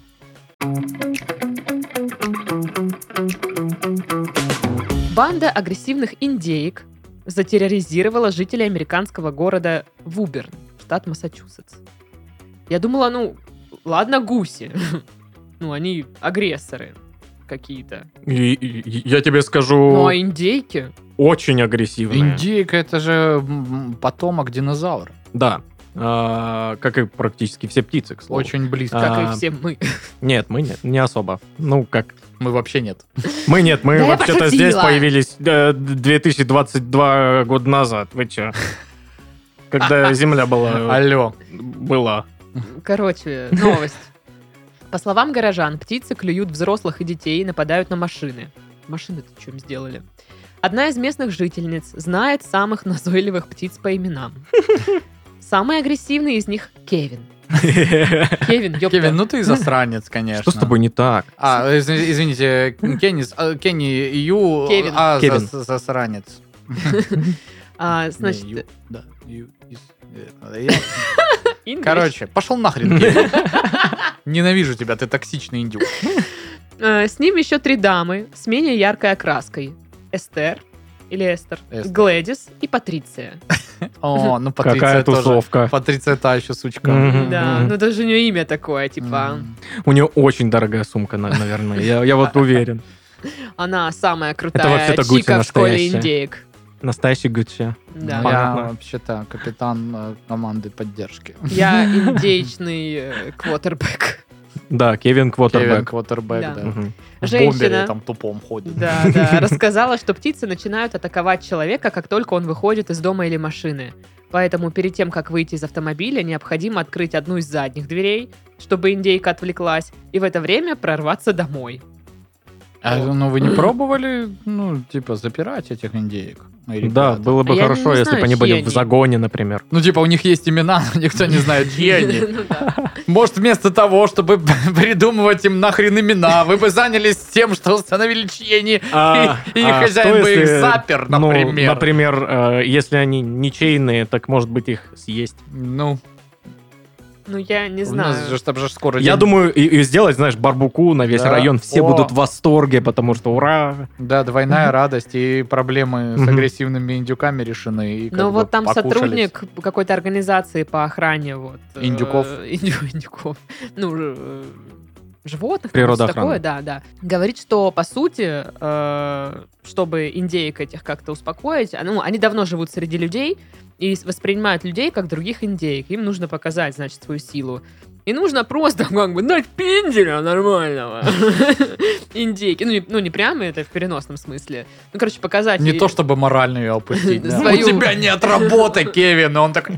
Банда агрессивных индеек затерроризировала жителей американского города Вуберн, штат Массачусетс. Я думала, ну, ладно, гуси. Ну, они агрессоры какие-то. И я тебе Ну, скажу, а индейки? очень агрессивные. Индейка это же потомок динозавра. Да. Как и практически все птицы, к слову. Очень близко. Как и все мы. Нет, мы нет, не особо. Ну, как... Мы вообще нет. Мы нет, мы Да я вообще-то пошутила. здесь появились 2022 года назад. Вы чё? Когда Земля была... Алло. Была. Короче, новость. По словам горожан, птицы клюют взрослых и детей и нападают на машины. Машины-то что им сделали? Одна из местных жительниц знает самых назойливых птиц по именам. Самый агрессивный из них — Кевин. Кевин, ёпта. Кевин, ну ты засранец, конечно. Что с тобой не так? Извините, Кенни Ю, Кевин. Кевин. засранец. Значит, Не, Ю, да, Ю, English. Короче, пошел нахрен, Кевин. Ненавижу тебя, ты токсичный индюк. С ним еще 3 дамы с менее яркой окраской. Эстер, или Эстер, Эстер. Глэдис и Патриция. О, ну Какая Патриция тоже. тусовка. Патриция та еще сучка. Мгм. Да, ну даже у нее имя такое, типа... У нее очень дорогая сумка, наверное. Я вот уверен. Она самая Это крутая вообще-то Гуччи чика в школе настоящая. индеек. Настоящий Гуччи. Да. Я Понятно. вообще-то капитан команды поддержки. Я индеечный квотербек. Да, Кевин Кевин Квотербек. Квотербек, Да. да. Мгм. В Женщина. бомбере там тупом ходит. Да, да. Рассказала, что птицы начинают атаковать человека, как только он выходит из дома или машины. Поэтому перед тем, как выйти из автомобиля, необходимо открыть одну из задних дверей, чтобы индейка отвлеклась, и в это время прорваться домой. Ну, вы не пробовали, запирать этих индеек? Да, было бы Я хорошо, не если знаю, бы они были чьи в они. загоне, например. Ну, у них есть имена, но никто не знает, чьи они. Ну да. Может, вместо того, чтобы придумывать им нахрен имена, вы бы занялись тем, что установили, чьи они, и хозяин что бы их если, запер, ну, например. Например, если они ничейные, так, может быть, их съесть. Ну, я не У нас знаю. же там же скоро Я день. думаю, и сделать, знаешь, барбекю на весь Да. район. Все О. будут в восторге, потому что ура! Да, двойная радость, и проблемы с агрессивными индюками решены. И Ну, вот там покушались. сотрудник какой-то организации по охране Индюков. Индюков. Ну, животных. Природоохрана. Такое, да. Говорит, что, по сути, чтобы индеек этих как-то успокоить, они давно живут среди людей и воспринимают людей как других индеек. Им нужно показать, значит, свою силу. И нужно просто дать пинделя нормального индейки. Ну, не прямо, это в переносном смысле. Ну, короче, показать. Не то, чтобы морально ее опустить. да. Свою- У тебя нет работы, Кевин. И он такой,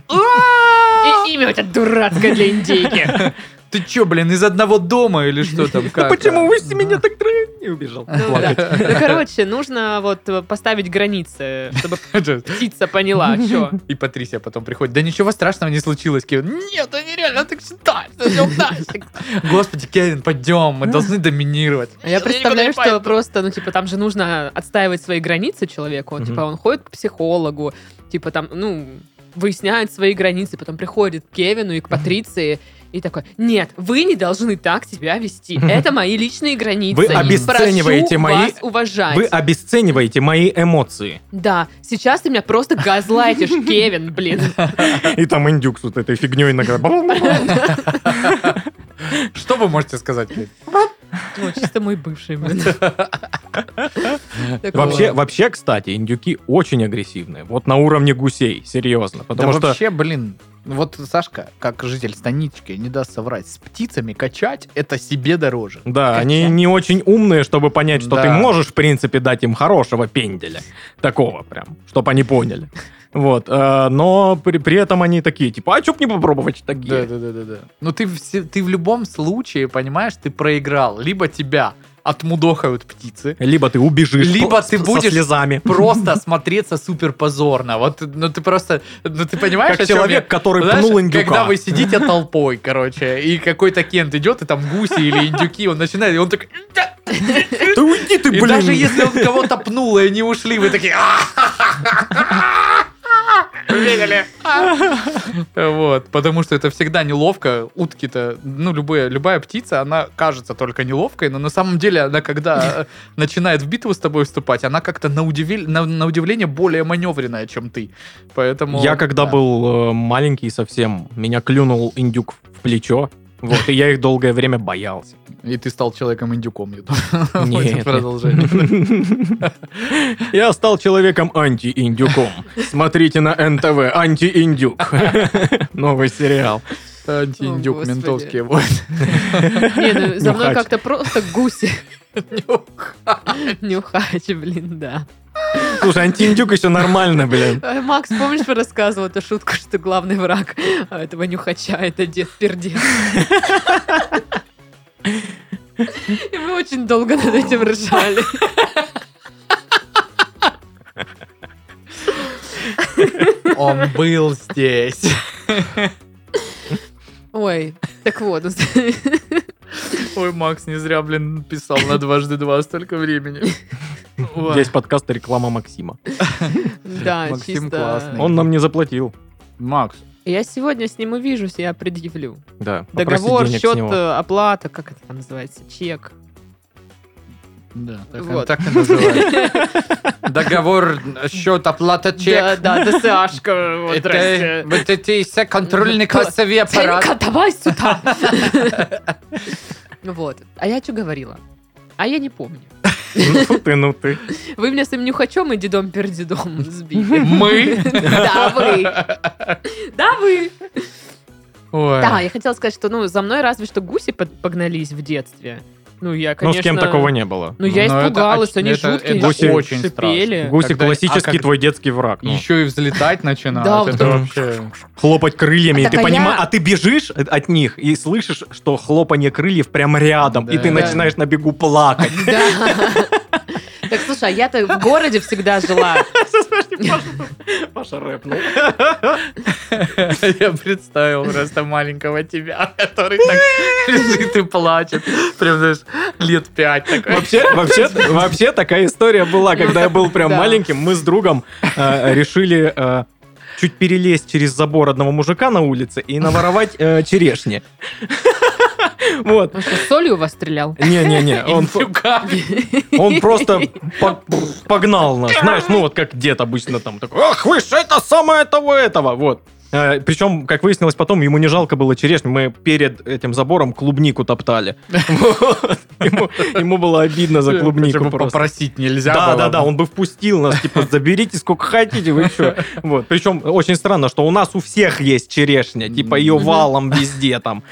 И имя у тебя дурацкое для индейки. ты чё, блин, из одного дома или что там? Как? вы с меня так и убежал. Ну, да. Ну, короче, нужно поставить границы, чтобы птица поняла, что. И Патрисия потом приходит. Да ничего страшного не случилось, Кевин. Нет, это нереально, так считать. Господи, Кевин, пойдем, мы должны доминировать. А я представляю, что просто, там же нужно отстаивать свои границы человеку. Он ходит к психологу, выясняет свои границы, потом приходит к Кевину и к Патриции, и такой, нет, вы не должны так себя вести. Это мои личные границы. Вы обесцениваете Прошу мои- вас уважать. Вы обесцениваете мои эмоции. Да, сейчас ты меня просто газлайтишь, Кевин, блин. И там индюк с вот этой фигней иногда. Что вы можете сказать, Кевин? Ну, чисто мой бывший, блин. Так Вообще, кстати, индюки очень агрессивные. Вот на уровне гусей, серьезно. Потому Да что вообще, блин, вот Сашка, как житель станички, не даст соврать, с птицами качать это себе дороже. да, Качать. они не очень умные, чтобы понять, что Да. ты можешь, в принципе, дать им хорошего пенделя. Такого прям, чтобы они поняли. Вот, но при этом они такие, типа, а чё б не попробовать такие? Да. Ну ты в любом случае, понимаешь, ты проиграл. Либо тебя отмудохают птицы, Либо ты убежишь Либо ты со будешь слезами. просто смотреться супер позорно. Вот, ты просто, ты понимаешь, Как о чём человек, я? который Знаешь, пнул индюка. когда вы сидите толпой, короче, и какой-то Кент идет, и там гуси или индюки, он начинает, и он такой... Ты уйди, ты, И блин! даже если он кого-то пнул, и они ушли, вы такие... Видели? Вот, потому что это всегда неловко. Утки-то, любая птица, она кажется только неловкой, но на самом деле она, когда начинает в битву с тобой вступать, она как-то на удивление более маневренная, чем ты. Поэтому... Я когда да. был маленький совсем, меня клюнул индюк в плечо. Вот, и я их долгое время боялся. И ты стал человеком-индюком, я думаю. Нет, Будет нет. продолжение. Я стал человеком анти-индюком. Смотрите на НТВ, анти-индюк. Новый сериал. Антииндюк, Господи. ментовские войны. Не, за мной Нюхач. как-то просто гуси. Нюхач, блин, да. Слушай, антииндюк еще нормально, блин. Макс, помнишь, ты рассказывал эту шутку, что главный враг этого нюхача — это дед Пердец? И мы очень долго над этим ржали. Он был здесь. Ой, так вот. Ой, Макс, не зря, блин, писал на 2x2 столько времени. Ой. Здесь подкаст реклама Максима. Да, Максим чисто. классный. Он нам не заплатил. Макс, Я сегодня с ним увижусь, я предъявлю. Да, попроси Договор, денег с счет, него. оплата, как это там называется, чек. да, Вот. так и называется. Договор, счет, оплата, чек. Да, ДСАшка. Вот, здрасте. Вот эти все контрольные кассовые аппараты. Ценька, давай сюда! Вот. А я что говорила? А я не помню. Ну ты. Вы меня своим нюхачом и дедом пердедом сбили. Мы? Да, вы. Да, вы. Ой. Да, я хотела сказать, что за мной разве что гуси погнались в детстве. Ну, я, Ну, конечно... с кем такого не было. Ну, я Но это испугалась, они это жуткие, Гуси очень шипели. страшно. Гуси Когда- классический как- твой детский враг. Ну. Еще и взлетать начинают. Да, это вот вообще... Хлопать крыльями, и Так, ты а понимаешь, я- а ты бежишь от них и слышишь, что хлопанье крыльев прямо рядом, и Да. ты Да. начинаешь на бегу плакать. Да. Так, слушай, а я-то в городе всегда жила. Паша рэпнул. Я представил просто маленького тебя, который так лежит и плачет. Прям, знаешь, лет 5 такой. Вообще такая история была, когда я был прям Да. маленьким. Мы с другом решили чуть перелезть через забор одного мужика на улице и наворовать черешни. Вот. Он что, солью вас стрелял? Не-не-не, он просто погнал нас. Знаешь, ну вот как дед обычно там такой, ах вы ж, это самое того этого. Вот. Причем, как выяснилось потом, ему не жалко было черешню. Мы перед этим забором клубнику топтали. Вот. Ему было обидно за клубнику просто. Попросить нельзя было. Да, он бы впустил нас, типа, заберите сколько хотите, вы что. Вот. Причем очень странно, что у нас у всех есть черешня, типа ее валом везде там.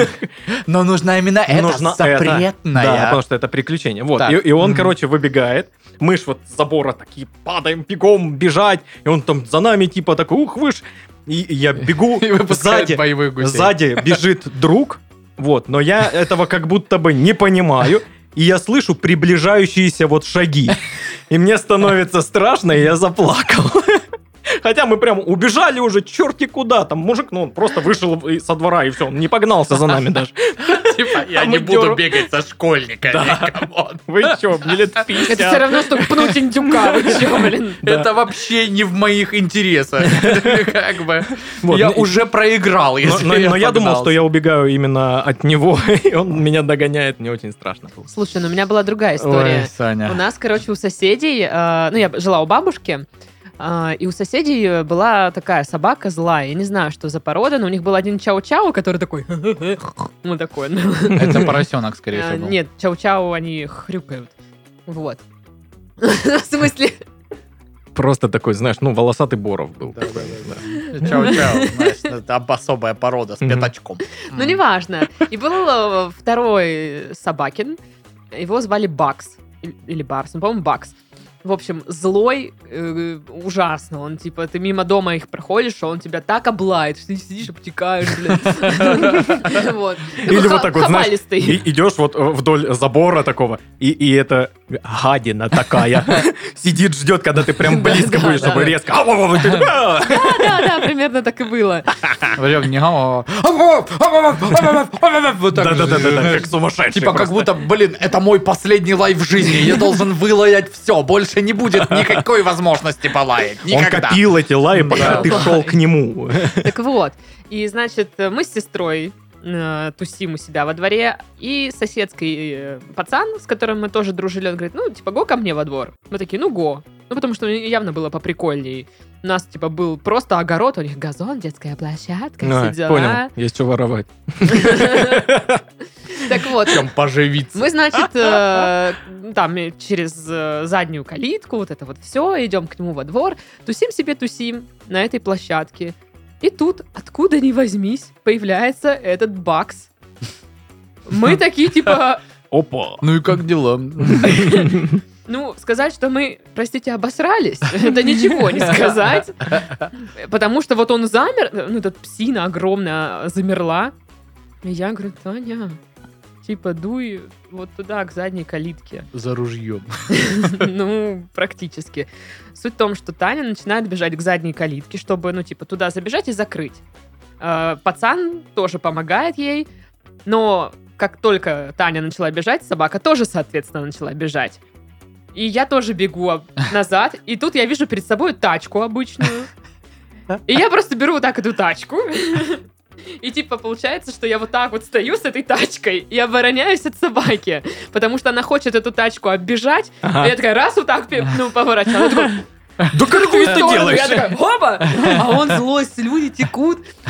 Но нужна именно эта Нужна запретная. Да, потому что это приключение. Вот. Так. И он, Мгм. короче, выбегает. Мы ж вот с забора такие падаем, бегом бежать. И он там за нами, типа, такой, ух вы ж. И я бегу, И выпускает сзади, боевых гусей. сзади бежит друг, вот, но я этого как будто бы не понимаю, и я слышу приближающиеся вот шаги. И мне становится страшно, и я заплакал. Хотя мы прям убежали уже черти куда. Там мужик, ну, он просто вышел со двора, и все, он не погнался за нами даже. Типа, я А не мы буду дёру- бегать со школьниками. Да. камон. Вы че, мне лет Это 50. все равно, что пнуть индюка. Вы чё, блин? Да. Это вообще не в моих интересах. Как бы. Вот, Я ну, уже проиграл, Но, если но я думал, погнался. что я убегаю именно от него, и он меня догоняет, мне очень страшно было. Слушай, ну у меня была другая история. Ой, Саня. У нас, короче, у соседей, ну, я жила у бабушки, и у соседей была такая собака злая. Я не знаю, что за порода, но у них был один чау-чау, который такой... Вот такой. Это поросенок, скорее всего. был. Нет, чау-чау, они хрюкают. Вот. В смысле? Просто такой, знаешь, ну, волосатый Боров был. Чау-чау, знаешь, это особая порода с Мгм. пятачком. Ну, неважно. И был второй собакин, его звали Бакс. Или Барс, ну, по-моему, Бакс. В общем, злой, ужасно. Он, типа, ты мимо дома их проходишь, а он тебя так облает, что ты сидишь, обтекаешь, блин. Вот. Или Такой вот так вот, знаешь, хамалистый. и идешь вот вдоль забора такого, и это гадина такая сидит, ждет, когда ты прям близко Да, будешь, да, чтобы да. резко... «Ау-ау-ау», и ты такой, «А!» Да, примерно так и было. Прям не вот так. Да-да-да, как сумасшедший. Типа как просто. будто, блин, это мой последний лайф в жизни. Я должен вылаять все. Больше не будет никакой возможности полаять. Он Никогда. копил эти лаи, пока Да. ты шел к нему. Так вот. И, значит, мы с сестрой тусим у себя во дворе, и соседский пацан, с которым мы тоже дружили, он говорит, ну, типа, го ко мне во двор. Мы такие, ну, го. Ну, потому что явно было поприкольней. У нас, типа, был просто огород, у них газон, детская площадка, все дела. Понял, есть что воровать. Так вот, Чем поживиться. мы, значит, там через заднюю калитку, вот это вот все, идем к нему во двор, тусим себе, тусим на этой площадке. И тут, откуда ни возьмись, появляется этот Бакс. Мы такие, типа, Опа. Ну и как дела? ну, сказать, что мы, простите, обосрались, это ничего не сказать. Потому что вот он замер, ну, эта псина огромная замерла. И я говорю, Таня, типа, дуй вот туда, к задней калитке. За ружьем. Ну, практически. Суть в том, что Таня начинает бежать к задней калитке, чтобы, ну, типа, туда забежать и закрыть. Пацан тоже помогает ей, но как только Таня начала бежать, собака тоже, соответственно, начала бежать. И я тоже бегу назад, и тут я вижу перед собой тачку обычную. И я просто беру вот так эту тачку. И типа получается, что я вот так вот стою с этой тачкой и обороняюсь от собаки, потому что она хочет эту тачку оббежать. И я такая раз вот так, ну, поворачиваю. Она такая, Да как ты это делаешь? я такая, опа! А он злой, слюни текут.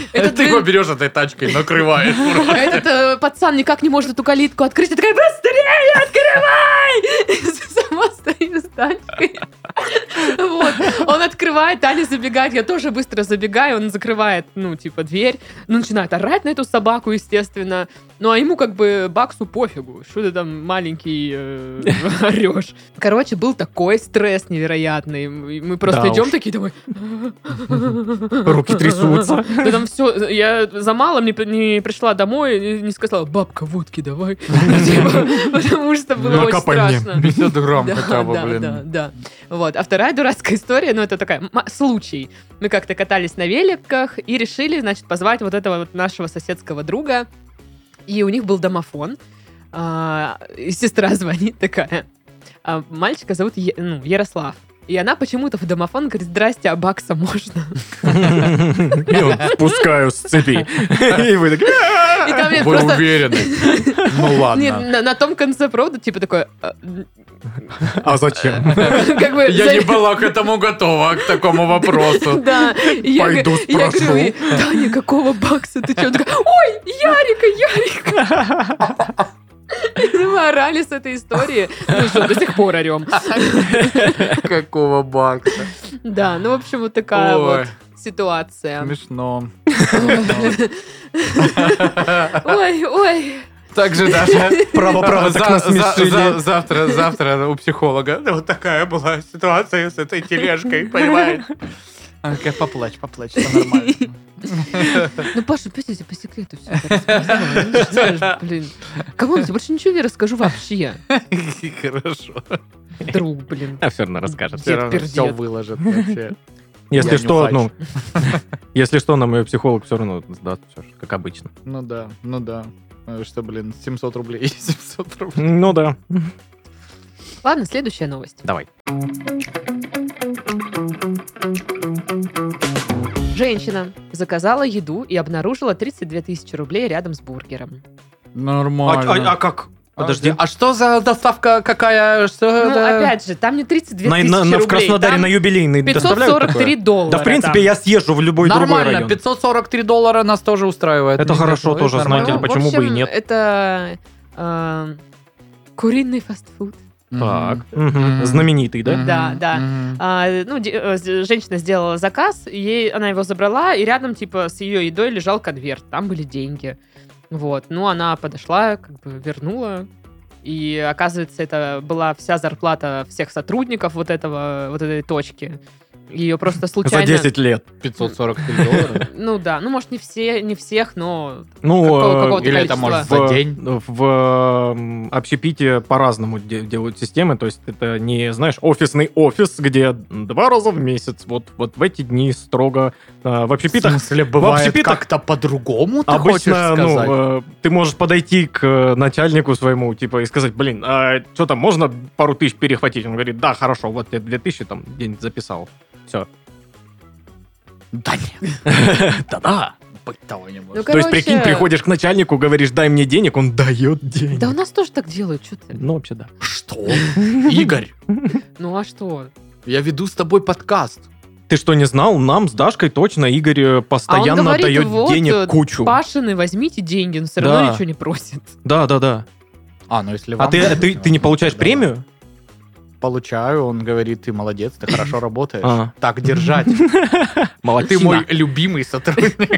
Ты его берешь этой тачкой, накрываешь. Этот пацан никак не может эту калитку открыть. Я такая, быстрее открывай! Сама стою с тачкой. Вот. Он открывает, Таня забегает, я тоже быстро забегаю, он закрывает, дверь, начинает орать на эту собаку, естественно. Ну, а ему Баксу пофигу, что ты там маленький орешь. Короче, был такой стресс невероятный. Мы просто идем такие, думаю... Руки трясутся. Да там все, я за малым не пришла домой, не сказала, бабка, водки давай. Потому что было очень страшно. 50 грамм хотя бы, блин. Да. Вот. А вторая дурацкая история, это такая случай. Мы как-то катались на великах и решили, позвать вот этого вот нашего соседского друга. И у них был домофон. И сестра звонит такая. А мальчика зовут Ярослав. И она почему-то в домофон говорит, здрасте, а Бакса можно? И он спускаю с цепи. И вы такие... Вы уверены? Ну ладно. Нет, на том конце провода такой... А зачем? Я не была к этому готова, к такому вопросу. Да. Пойду спрошу. Я говорю, Таня, какого Бакса? Ты что? Такая, ой, Ярика! И мы орали с этой истории. До сих пор орем. Какого Бакса? Да, в общем, вот такая вот ситуация. Смешно. Ой. Также даже Право, так насмешили. Завтра у психолога. Вот такая была ситуация с этой тележкой, понимаешь? Поплачь, все нормально. Паша, опять я тебе по секрету все это рассказала. Блин. Кому я тебе больше ничего не расскажу вообще. Хорошо. Друг, блин. А все равно расскажет. Все выложит вообще. Если что, на мою психолог все равно сдаст, все как обычно. Ну да. Что, 700 рублей. 700 рублей. Ну да. Ладно, следующая новость. Давай. Женщина заказала еду и обнаружила 32 тысячи рублей рядом с бургером. Нормально. А как? Подожди. А что за доставка какая? Опять же, там не 32 тысячи рублей. В Краснодаре на юбилейный доставляют такое? $543. Да, в принципе, я съезжу в любой другой Нормально, район. $543 нас тоже устраивает. Это хорошо тоже, знаете, почему бы и нет. Это куриный фастфуд. Так, знаменитый, да? Да. Женщина сделала заказ, она его забрала, и рядом, с ее едой лежал конверт, там были деньги. Вот, она подошла, вернула, и, оказывается, это была вся зарплата всех сотрудников вот этой точки. Ее просто случайно... За 10 лет. $543? Ну да, может не всех, но какого-то или это может за день? В общепите по-разному делают системы, то есть это не, знаешь, офисный офис, где 2 раза в месяц, вот в эти дни строго в общепитах... В смысле, бывает как-то по-другому, ты хочешь сказать? Ты можешь подойти к начальнику своему, и сказать, блин, что там, можно пару тысяч перехватить? Он говорит, да, хорошо, вот я 2000 там день записал. Все. Да нет. Да-да. Быть того не может. То есть, прикинь, приходишь к начальнику, говоришь, дай мне денег, он дает денег. Да у нас тоже так делают, что ты? Ну, вообще, да. Что? Игорь? Ну, а что? Я веду с тобой подкаст. Ты что, не знал? Нам с Дашкой точно Игорь постоянно дает денег кучу. Пашины, возьмите деньги, но все равно ничего не просит. Да. Ну если вам... А ты не получаешь премию? Получаю, он говорит, ты молодец, ты хорошо работаешь. Так держать. Молодец. Ты мой любимый сотрудник.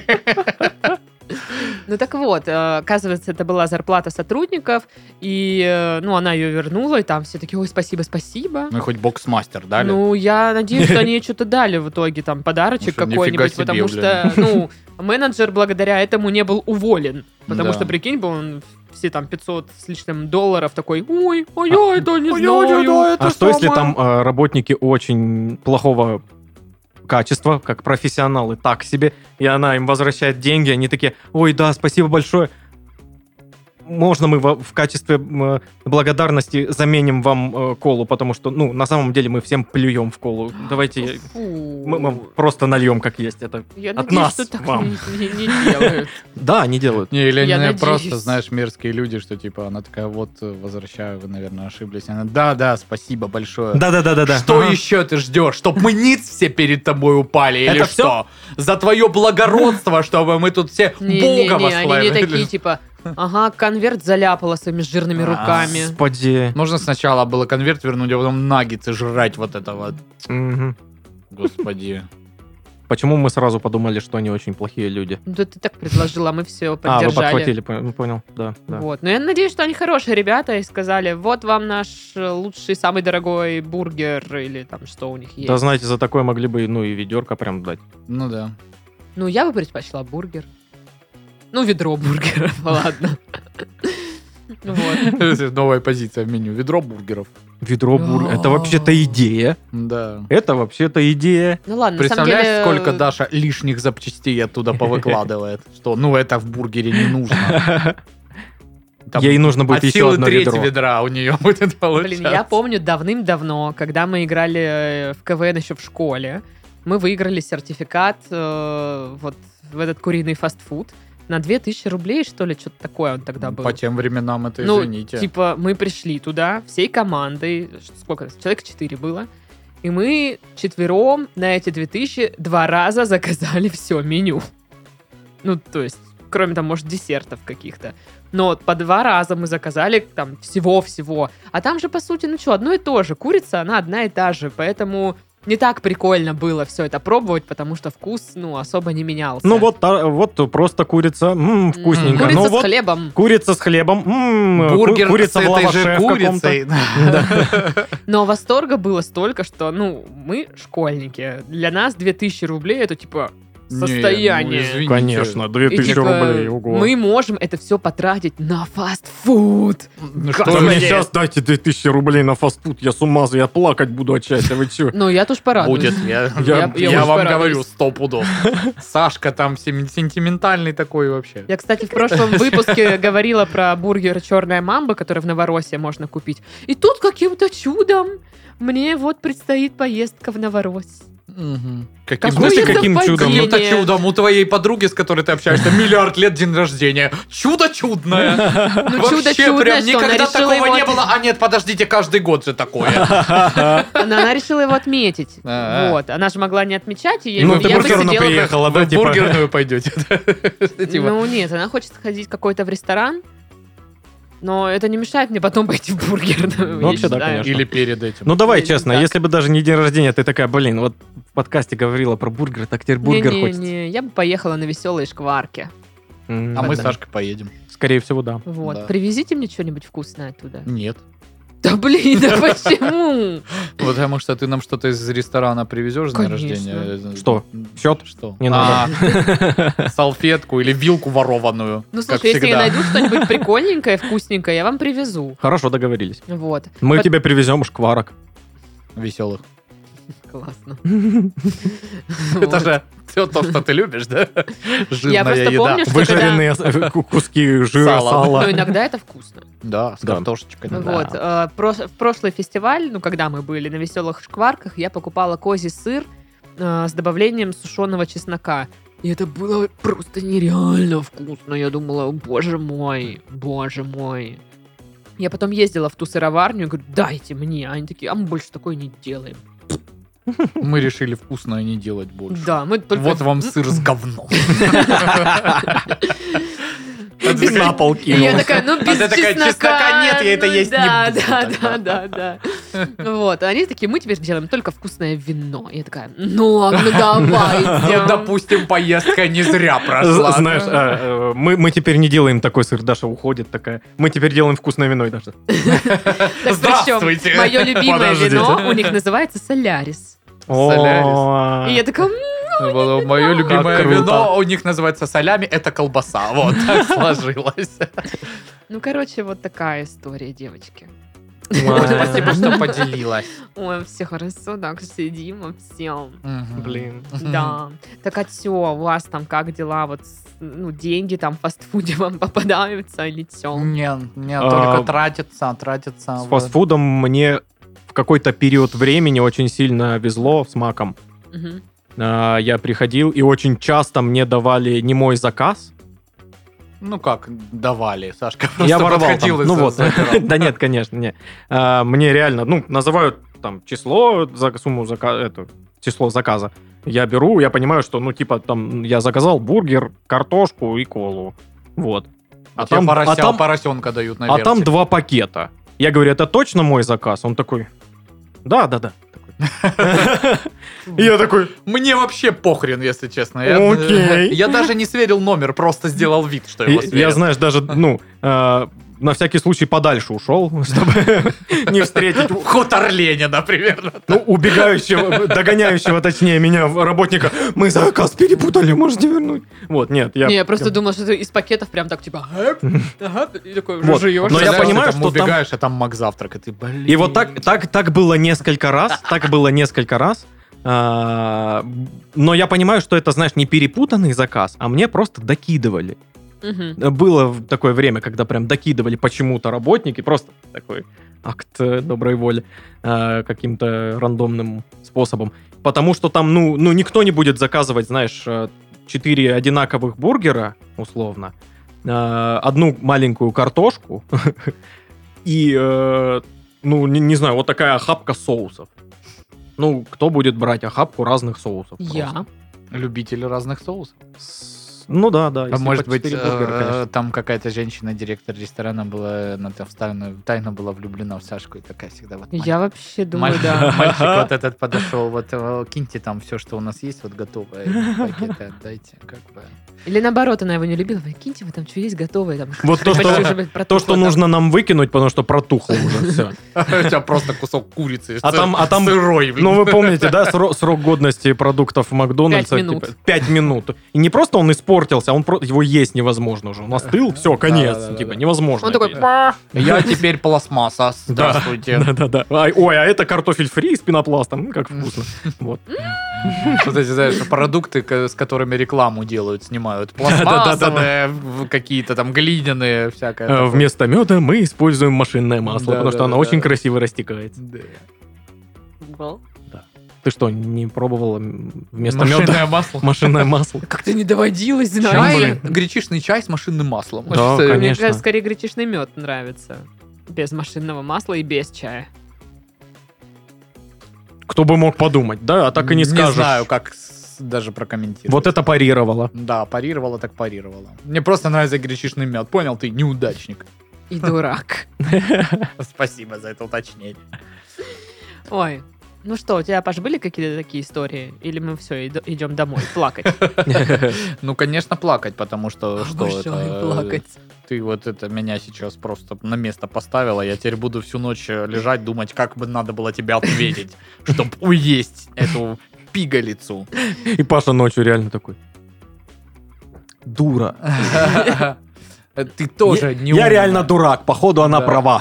Ну так вот, оказывается, это была зарплата сотрудников, и она ее вернула, и там все такие, ой, спасибо. Ну и хоть боксмастер дали. Ну, я надеюсь, что они ей что-то дали в итоге, там, подарочек какой-нибудь, потому что, менеджер благодаря этому не был уволен, потому что, прикинь бы, он все там 500 с лишним долларов такой, ой, я это не знаю. А что, если там работники очень плохого качества, как профессионалы, так себе, и она им возвращает деньги, они такие, ой, да, спасибо большое. можно мы в качестве благодарности заменим вам колу, потому что, ну, на самом деле мы всем плюем в колу. Давайте мы просто нальем как есть. Это Я от надеюсь, нас что так вам. не делают. Да, они делают. Не, или Я они надеюсь. просто, знаешь, мерзкие люди, что типа она такая, вот, возвращаю, вы, наверное, ошиблись. Она, да, спасибо большое. Да. Что Ага. еще ты ждешь? Чтоб мы ниц все перед тобой упали или Это что? За твое благородство, чтобы мы тут все Бога Не-не-не, они не восславили. такие, типа, ага, конверт заляпала своими жирными руками. Господи. Нужно сначала было конверт вернуть, а потом наггетсы жрать вот это вот. Мгм. Господи. Почему мы сразу подумали, что они очень плохие люди? Ну, да ты так предложила, мы все Вы поддержали. подхватили, понял, да. Вот. Но я надеюсь, что они хорошие ребята и сказали, вот вам наш лучший, самый дорогой бургер или там что у них есть. Да, знаете, за такое могли бы, ну, и ведерко прям дать. Ну да. Ну, я бы предпочла бургер. Ну, ведро бургеров, ладно. Вот. Новая позиция в меню. Ведро бургеров. Ведро бургер. Это вообще-то идея. Да. Это вообще-то идея. Ну ладно, на самом Представляешь, деле... сколько Даша лишних запчастей оттуда повыкладывает? Что, ну, это в бургере не нужно. Там Ей нужно будет от еще силы одно треть ведро. ведра у нее будет получаться. Блин, я помню давным-давно, когда мы играли в КВН еще в школе, мы выиграли сертификат вот в этот куриный фастфуд на 2000 рублей, что ли, что-то такое он тогда был. По тем временам это, Ну, извините. типа, мы пришли туда всей командой, сколько, человек 4 было, и мы четвером на эти 2000 2 раза заказали все меню. Ну, то есть, кроме там, может, десертов каких-то. Но по 2 раза мы заказали там всего-всего. А там же, по сути, ну что, одно и то же. Курица, она одна и та же, поэтому... Не так прикольно было все это пробовать, потому что вкус, ну, особо не менялся. Ну вот просто курица, вкусненько. Курица Ну с вот хлебом. курица с хлебом, Бургер курица с в этой лаваше же в каком-то. курицей. Но восторга было столько, что, ну, мы школьники. Для нас 2000 рублей это, типа, состояние. Не, ну, извините. Конечно, И, 2000 типа, рублей, ого. мы можем это все потратить на фастфуд. Ну, Да что мне же сейчас дайте 2000 рублей на фастфуд, я с ума, я плакать буду от счастья, вы чё? Ну, я тоже порадуюсь. будет? Я Я очень вам порадуюсь. говорю, 100 пудов. Сашка там сентиментальный такой вообще. Я, кстати, в прошлом выпуске говорила про бургер «Черная мамба», который в Новороссии можно купить. И тут каким-то чудом мне вот предстоит поездка в Новороссийск. Каким В смысле, Какое каким чудом? совпадение. Каким-то чудом у твоей подруги, с которой ты общаешься, миллиард лет день рождения. Чудо чудное. Ну, Вообще чудо чудное, прям что она никогда решила такого его не было. А нет, подождите, каждый год же такое. Она решила его отметить. А-а. Вот. Она же могла не отмечать, и я, Ну, я ты бы бы все равно сидела бы- приехала, Вы да, в типа... бургерную пойдете. Типа, Ну, нет, она хочет сходить в какой-то в ресторан, но это не мешает мне потом пойти в бургерную. Ну, я вообще, да, считаю. конечно. Или перед этим. Ну давай Или честно, так. если бы даже не день рождения, ты такая, блин, вот в подкасте говорила про бургер, так теперь бургер хочется. Не-не-не, я бы поехала на веселые шкварки. М, А мы с Да. Сашкой поедем. Скорее всего, да. Вот. Да. Привезите мне что-нибудь вкусное оттуда. Нет. Да блин, да почему? Потому что ты нам что-то из ресторана привезешь на Конечно. рождение. Что? Счет? Что? Не А, салфетку или вилку ворованную. Ну, как слушай, если я всегда. найду что-нибудь прикольненькое, вкусненькое, я вам привезу. Хорошо, договорились. Вот. Мы Пот- тебе привезем шкварок. Веселых. Классно. Это Вот. же все то, что ты любишь, да? Я Жирная просто еда. помню, что Выжаренные куски жира, Сало. сала. Но иногда это вкусно. Да, с Да. картошечкой. да. Вот. В прошлый фестиваль, ну, когда мы были на веселых шкварках, я покупала козий сыр с добавлением сушеного чеснока. И это было просто нереально вкусно. Я думала, боже мой, боже мой. Я потом ездила в ту сыроварню и говорю, дайте мне. Они такие, а мы больше такое не делаем. Мы решили вкусное не делать больше. Да, мы только... Вот вам сыр с говном. Без- На пол И я такая, ну, без ты такая, чеснока. чеснока нет, я это ну есть не да, буду Да, тогда. да. Вот, а они такие, мы теперь делаем только вкусное вино. Я такая, ну ладно, давайте. Ну, допустим, поездка не зря прошла. Знаешь, мы теперь не делаем такой сыр, Даша уходит такая. Мы теперь делаем вкусное вино, и Даша. Так Здравствуйте. причем, мое любимое Подождите. вино у них называется Солярис. О, И я такая, Мое любимое круто. вино у них называется солями, это колбаса. Вот так сложилось. ну, короче, вот такая история, девочки. Спасибо, что поделилась. Ой, все хорошо, так сидим, все. Блин. Да. Так, а чё, у вас там как дела? Вот, деньги там в фастфуде вам попадаются или чё? Не, только тратится. С фастфудом мне в какой-то период времени очень сильно везло с маком. Мгм. Я приходил, и очень часто мне давали не мой заказ. Ну как, давали, Сашка Я просто воровал подходил там. и Ну вот. забирал. Да нет, конечно, не. Мне реально, называют там число, сумму число заказа. Я беру, я понимаю, что, там, я заказал бургер, картошку и колу. Вот. А там поросенка дают на А там 2 пакета. Я говорю, это точно мой заказ? Он такой, да. И я такой, Мне вообще похрен, если честно. Окей. Я даже не сверил номер, просто сделал вид, что его сверил. я, знаешь, даже, на всякий случай подальше ушел, чтобы не встретить Хутор Ленина, примерно. убегающего, догоняющего, точнее, меня работника. Мы заказ перепутали, можете вернуть. Вот, нет, Не, я просто думал, что ты из пакетов прям так, типа, ага, и такой уже Вот. жуешь. Но я Представляешь, понимаю, ты там что там- убегаешь, а там Мак завтрак, и ты, блин. И вот так было несколько раз. Но я понимаю, что это, знаешь, не перепутанный заказ, а мне просто докидывали. Мгм. Было такое время, когда прям докидывали почему-то работники, просто такой акт доброй воли каким-то рандомным способом. Потому что там, никто не будет заказывать, знаешь, 4 одинаковых бургера, условно, одну маленькую картошку и, не знаю, вот такая охапка соусов. Кто будет брать охапку разных соусов? Я. просто? Любители разных соусов. Да. А если может по быть, 4 бургера, конечно. там какая-то женщина, директор ресторана была, тайно была влюблена в Сашку, и такая всегда вот Я вообще думаю, да. мальчик вот этот подошел, вот киньте там все, что у нас есть, вот готовое, пакеты отдайте, как бы. Или наоборот, она его не любила. Вы киньте, вы там что есть готовое. Там, Вот то, почти что- уже, блядь, То, протухло что там. нужно нам выкинуть, потому что протухло уже все. У тебя просто кусок курицы А там- сырой, блин. Вы помните, да, срок годности продуктов Макдональдса? 5 минут. 5 минут. И не просто он испортился, а его есть невозможно уже. Он остыл, все, конец. Да. Невозможно. Он такой, это есть. «Па». Я теперь пластмасса, здравствуйте. Да. Ой, а это картофель фри с пенопластом. Как вкусно. Вот. Вот эти, знаешь, продукты, с которыми рекламу делают, снимают. Да-да-да-да. Пластмассовые, какие-то там глиняные, всякое. такое. Вместо меда мы используем машинное масло, потому что оно Да-да-да. очень красиво растекается. Да. Well, Ты что, не пробовала вместо меда Машинное масло. машинное масло? как-то не доводилось, Чай, знаешь. блин. Гречишный чай с машинным маслом. Да, Хочется- конечно. Мне кажется, скорее гречишный мед нравится. Без машинного масла и без чая. Кто бы мог подумать, да? А так и не скажешь. Не знаю, как даже прокомментировать. Вот это парировало. Да, парировала так парировала. Мне просто нравится гречишный мед. Понял, ты неудачник. И дурак. Спасибо за это уточнение. Ой, ну что, у тебя, Паш, были какие-то такие истории? Или мы все, идем домой плакать? Ну, конечно, плакать, потому что что Обожаю это... плакать. Ты вот это меня сейчас просто на место поставила. Я теперь буду всю ночь лежать, думать, как бы надо было тебе ответить, чтобы уесть эту пигалицу. И Паша ночью реально такой. Дура. Ты тоже не Я умная. реально дурак, походу она Да. права.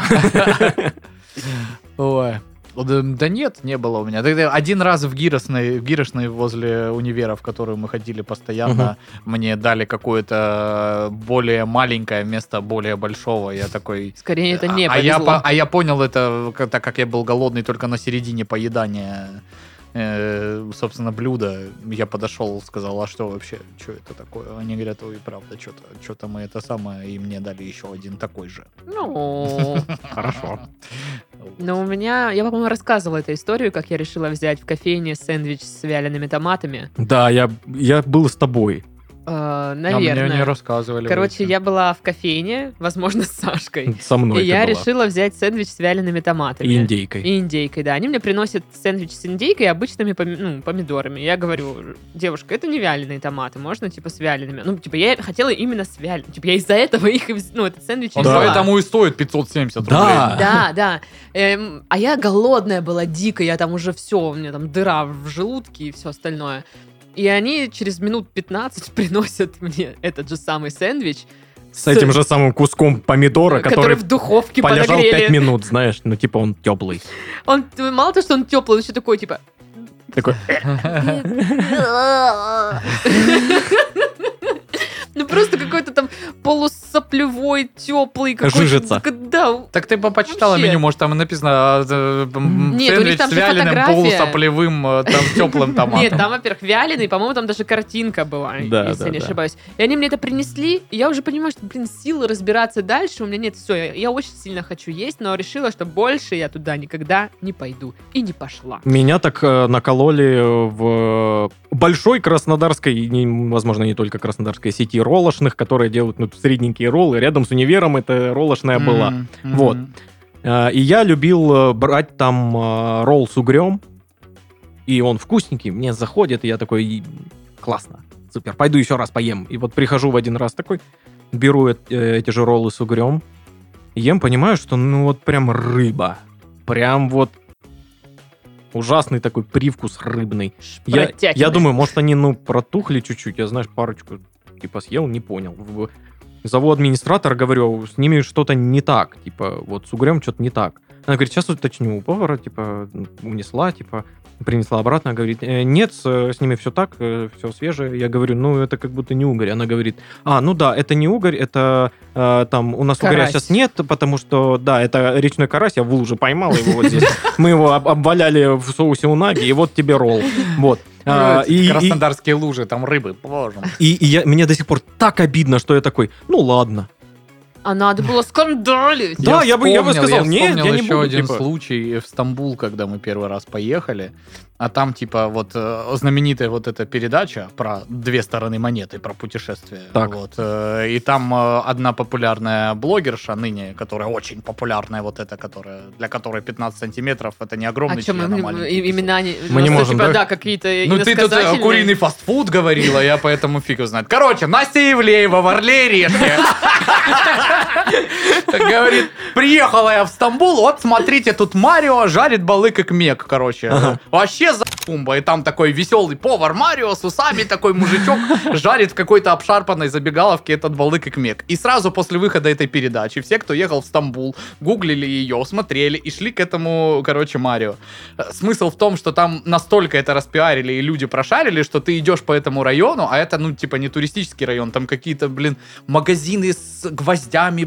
Ой. Да нет, не было у меня. Один раз в Гирошной возле универа, в которую мы ходили постоянно, мне дали какое-то более маленькое вместо более большого. Я такой... Скорее, это не а я, повезло. а я понял это, так как я был голодный только на середине поедания, собственно, блюда. Я подошел, сказал, а что вообще, что это такое? Они говорят, ой, правда, что-то мы это самое, и мне дали еще один такой же. Ну, Хорошо. но у меня... Я, по-моему, рассказывала эту историю, как я решила взять в кофейне сэндвич с вялеными томатами. Да, я был с тобой. А мне не Наверное. рассказывали. Короче, вы я была в кофейне, возможно, с Сашкой. Со мной И ты я была. решила взять сэндвич с вялеными томатами. И индейкой. И индейкой, да. Они мне приносят сэндвич с индейкой и обычными помидорами. Я говорю, девушка, это не вяленые томаты, можно, типа, с вялеными? Ну, типа, я хотела именно с вялеными. Типа, я из-за этого их, этот сэндвич и Он взяла. поэтому и стоит 570 Да. рублей. Да. А я голодная была дико, я там уже все, у меня там дыра в желудке и все остальное. И они через минут 15 приносят мне этот же самый сэндвич С этим же самым куском помидора, который в духовке полежал подогрели. 5 минут, знаешь, ну типа он теплый. Он, мало того, что он теплый, он еще такой, типа... Такой, Ну просто какой-то там полусоплевой, теплый какой-то. Жижица. Да. Так ты бы почитала Вообще. меню, может, там написано Нет, у них сэндвич там с же вяленым, фотография. полусоплевым, там, теплым томатом. Нет, там, во-первых, вяленый, по-моему, там даже картинка была, Да, если да, я не да. ошибаюсь. И они мне это принесли, и я уже понимаю, что, силы разбираться дальше у меня нет. Все, я очень сильно хочу есть, но решила, что больше я туда никогда не пойду. И не пошла. меня так накололи в большой краснодарской, возможно, не только краснодарской сети роллошных, которые делают средненькие роллы. Рядом с универом эта роллошная была. Вот. И я любил брать там ролл с угрем, и он вкусненький, мне заходит, и я такой, классно, супер, пойду еще раз поем. И вот прихожу в один раз такой, беру эти же роллы с угрем, ем, понимаю, что вот прям рыба, прям вот ужасный такой привкус рыбный. Я думаю, может, они, протухли чуть-чуть, я, знаешь, парочку типа съел, не понял. Зову администратора, говорю, с ними что-то не так, типа, вот с угрем что-то не так. Она говорит, сейчас уточню у повара, типа, унесла, типа, принесла обратно, она говорит, нет, с ними все так, все свежее. Я говорю, это как будто не угорь. Она говорит, да, это не угорь, это там у нас карась. угоря сейчас нет, потому что, да, это речной карась, я в луже поймал его вот здесь. Мы его обваляли в соусе унаги, и вот тебе ролл. Вот. Краснодарские лужи, там рыбы, боже мой. И мне до сих пор так обидно, что я такой, ладно. А надо было скандалить. Да, я бы сказал, нет, вспомнил я не еще буду, один типа. случай в Стамбул, когда мы первый раз поехали, а там, типа, вот знаменитая вот эта передача про две стороны монеты, про путешествия. Так. Вот, и там одна популярная блогерша ныне, которая очень популярная, вот эта, для которой 15 сантиметров, это не огромный А что, член, а маленький. имена Мы не можем, типа, да? какие-то Ну, ты тут иносказательные. куриный фастфуд говорила, я поэтому фиг его знает. Короче, Настя Ивлеева в Орле и Решке. Говорит, приехала я в Стамбул, вот смотрите, тут Марио жарит балык и кмек, короче. Вообще за пумба. И там такой веселый повар Марио с усами, такой мужичок, жарит в какой-то обшарпанной забегаловке этот балык и кмек. И сразу после выхода этой передачи все, кто ехал в Стамбул, гуглили ее, смотрели и шли к этому, короче, Марио. Смысл в том, что там настолько это распиарили и люди прошарили, что ты идешь по этому району, а это, типа, не туристический район, там какие-то, магазины с гвоздями,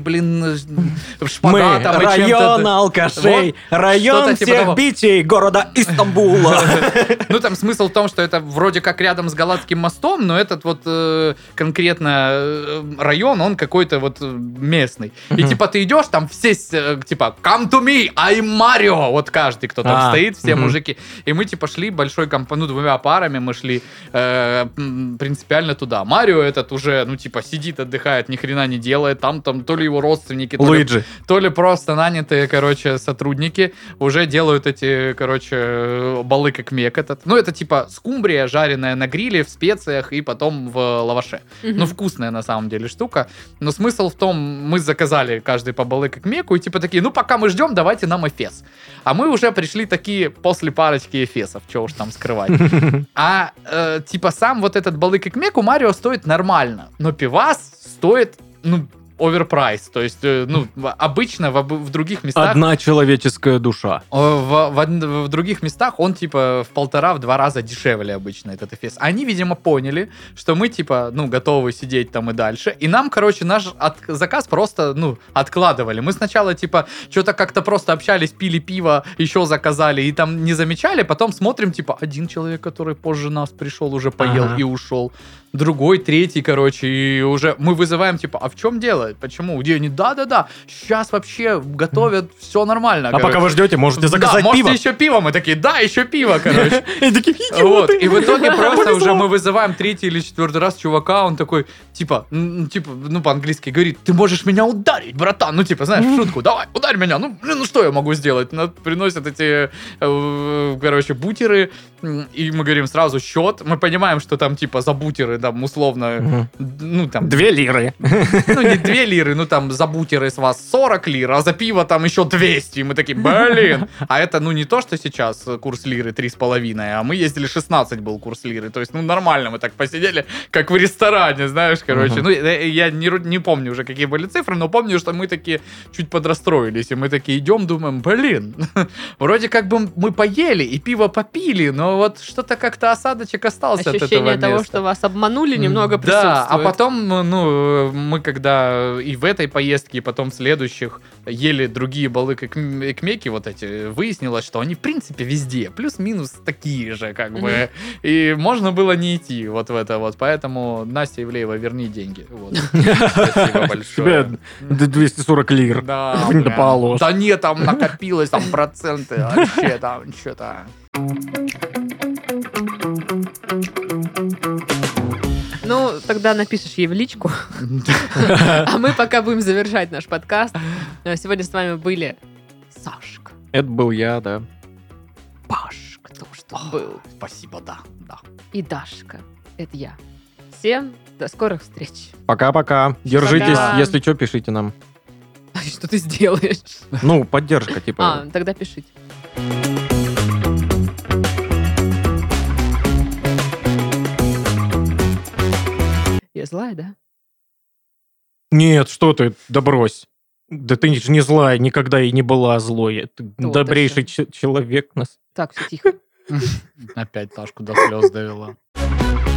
шпагатом Мы и чем-то. район алкашей, Вот, район что-то типа всех того. битей города Истамбула. Ну, там смысл в том, что это вроде как рядом с Галатским мостом, но этот вот конкретно район, он какой-то вот местный. И типа ты идешь, там все типа come to me, I'm Mario. Вот каждый, кто там стоит, все мужики. И мы типа шли большой компанией, двумя парами мы шли принципиально туда. Марио этот уже, типа сидит, отдыхает, ни хрена не делает. Там то ли его родственники, Луиджи. то ли просто нанятые, короче, сотрудники уже делают эти, короче, балык и кмек этот. Это типа скумбрия, жареная на гриле, в специях и потом в лаваше. Вкусная на самом деле штука. Но смысл в том, мы заказали каждый по балык и кмеку и типа такие, пока мы ждем, давайте нам эфес. А мы уже пришли такие после парочки эфесов, что уж там скрывать. А типа сам вот этот балык и кмек у Марио стоит нормально, но пивас стоит, оверпрайс. То есть, обычно в других местах... Одна человеческая душа. В других местах он, типа, в 1,5-2 раза дешевле обычно, этот эфес. Они, видимо, поняли, что мы, типа, готовы сидеть там и дальше. И нам, короче, наш заказ просто, откладывали. Мы сначала, типа, что-то как-то просто общались, пили пиво, еще заказали и там не замечали. Потом смотрим, типа, один человек, который позже нас пришел, уже поел и ушел. Другой, третий, короче, и уже мы вызываем, типа, а в чем дело? Почему? Где они? Да, сейчас вообще готовят, все нормально. А пока вы ждете, можете заказать да, пиво. можете еще пиво. Мы такие, да, еще пиво, короче. И такие, Вот. И в итоге просто уже мы вызываем третий или четвертый раз чувака, он такой, типа, по-английски говорит, ты можешь меня ударить, братан. Знаешь, в шутку, давай, ударь меня. Что я могу сделать? Приносят эти, короче, бутеры, и мы говорим сразу счет. Мы понимаем, что там, типа, за бутеры, там, условно, 2 лиры. не 2 лиры, ну там за бутеры с вас 40 лир, а за пиво там еще 200. И мы такие, блин. А это, ну, не то, что сейчас курс лиры 3,5, а мы ездили 16 был курс лиры. То есть, ну, нормально, мы так посидели, как в ресторане, знаешь, короче. Ну, я не помню уже, какие были цифры, но помню, что мы такие чуть подрастроились. И мы такие идем, думаем, блин, вроде как бы мы поели и пиво попили, но вот что-то как-то осадочек остался от этого места. Ощущение того, что вас обманули, немного присутствует. Да, а потом, ну, мы когда и в этой поездке, и потом в следующих ели другие баллы экмеки вот эти, выяснилось, что они, в принципе, везде, плюс-минус такие же, как бы, и можно было не идти вот в это вот, поэтому, Настя Ивлеева, верни деньги. Вот. Спасибо большое. Тебе 240 лир. Да, Не прям. положь. Да нет, там накопилось, там проценты, вообще там что-то. Ну, тогда напишешь ей в личку. А мы пока будем завершать наш подкаст. Сегодня с вами были Сашка. Это был я, да. Пашка тоже что был. Спасибо, да. И Дашка. Это я. Всем до скорых встреч. Пока-пока. Держитесь. Пока. Если что, пишите нам. Что ты сделаешь? Ну, поддержка, типа. Тогда пишите. Я злая, да? Нет, что ты, да брось. Да ты же не злая, никогда и не была злой. Ты добрейший человек нас. Так, все тихо. Опять Сашку до слез довела.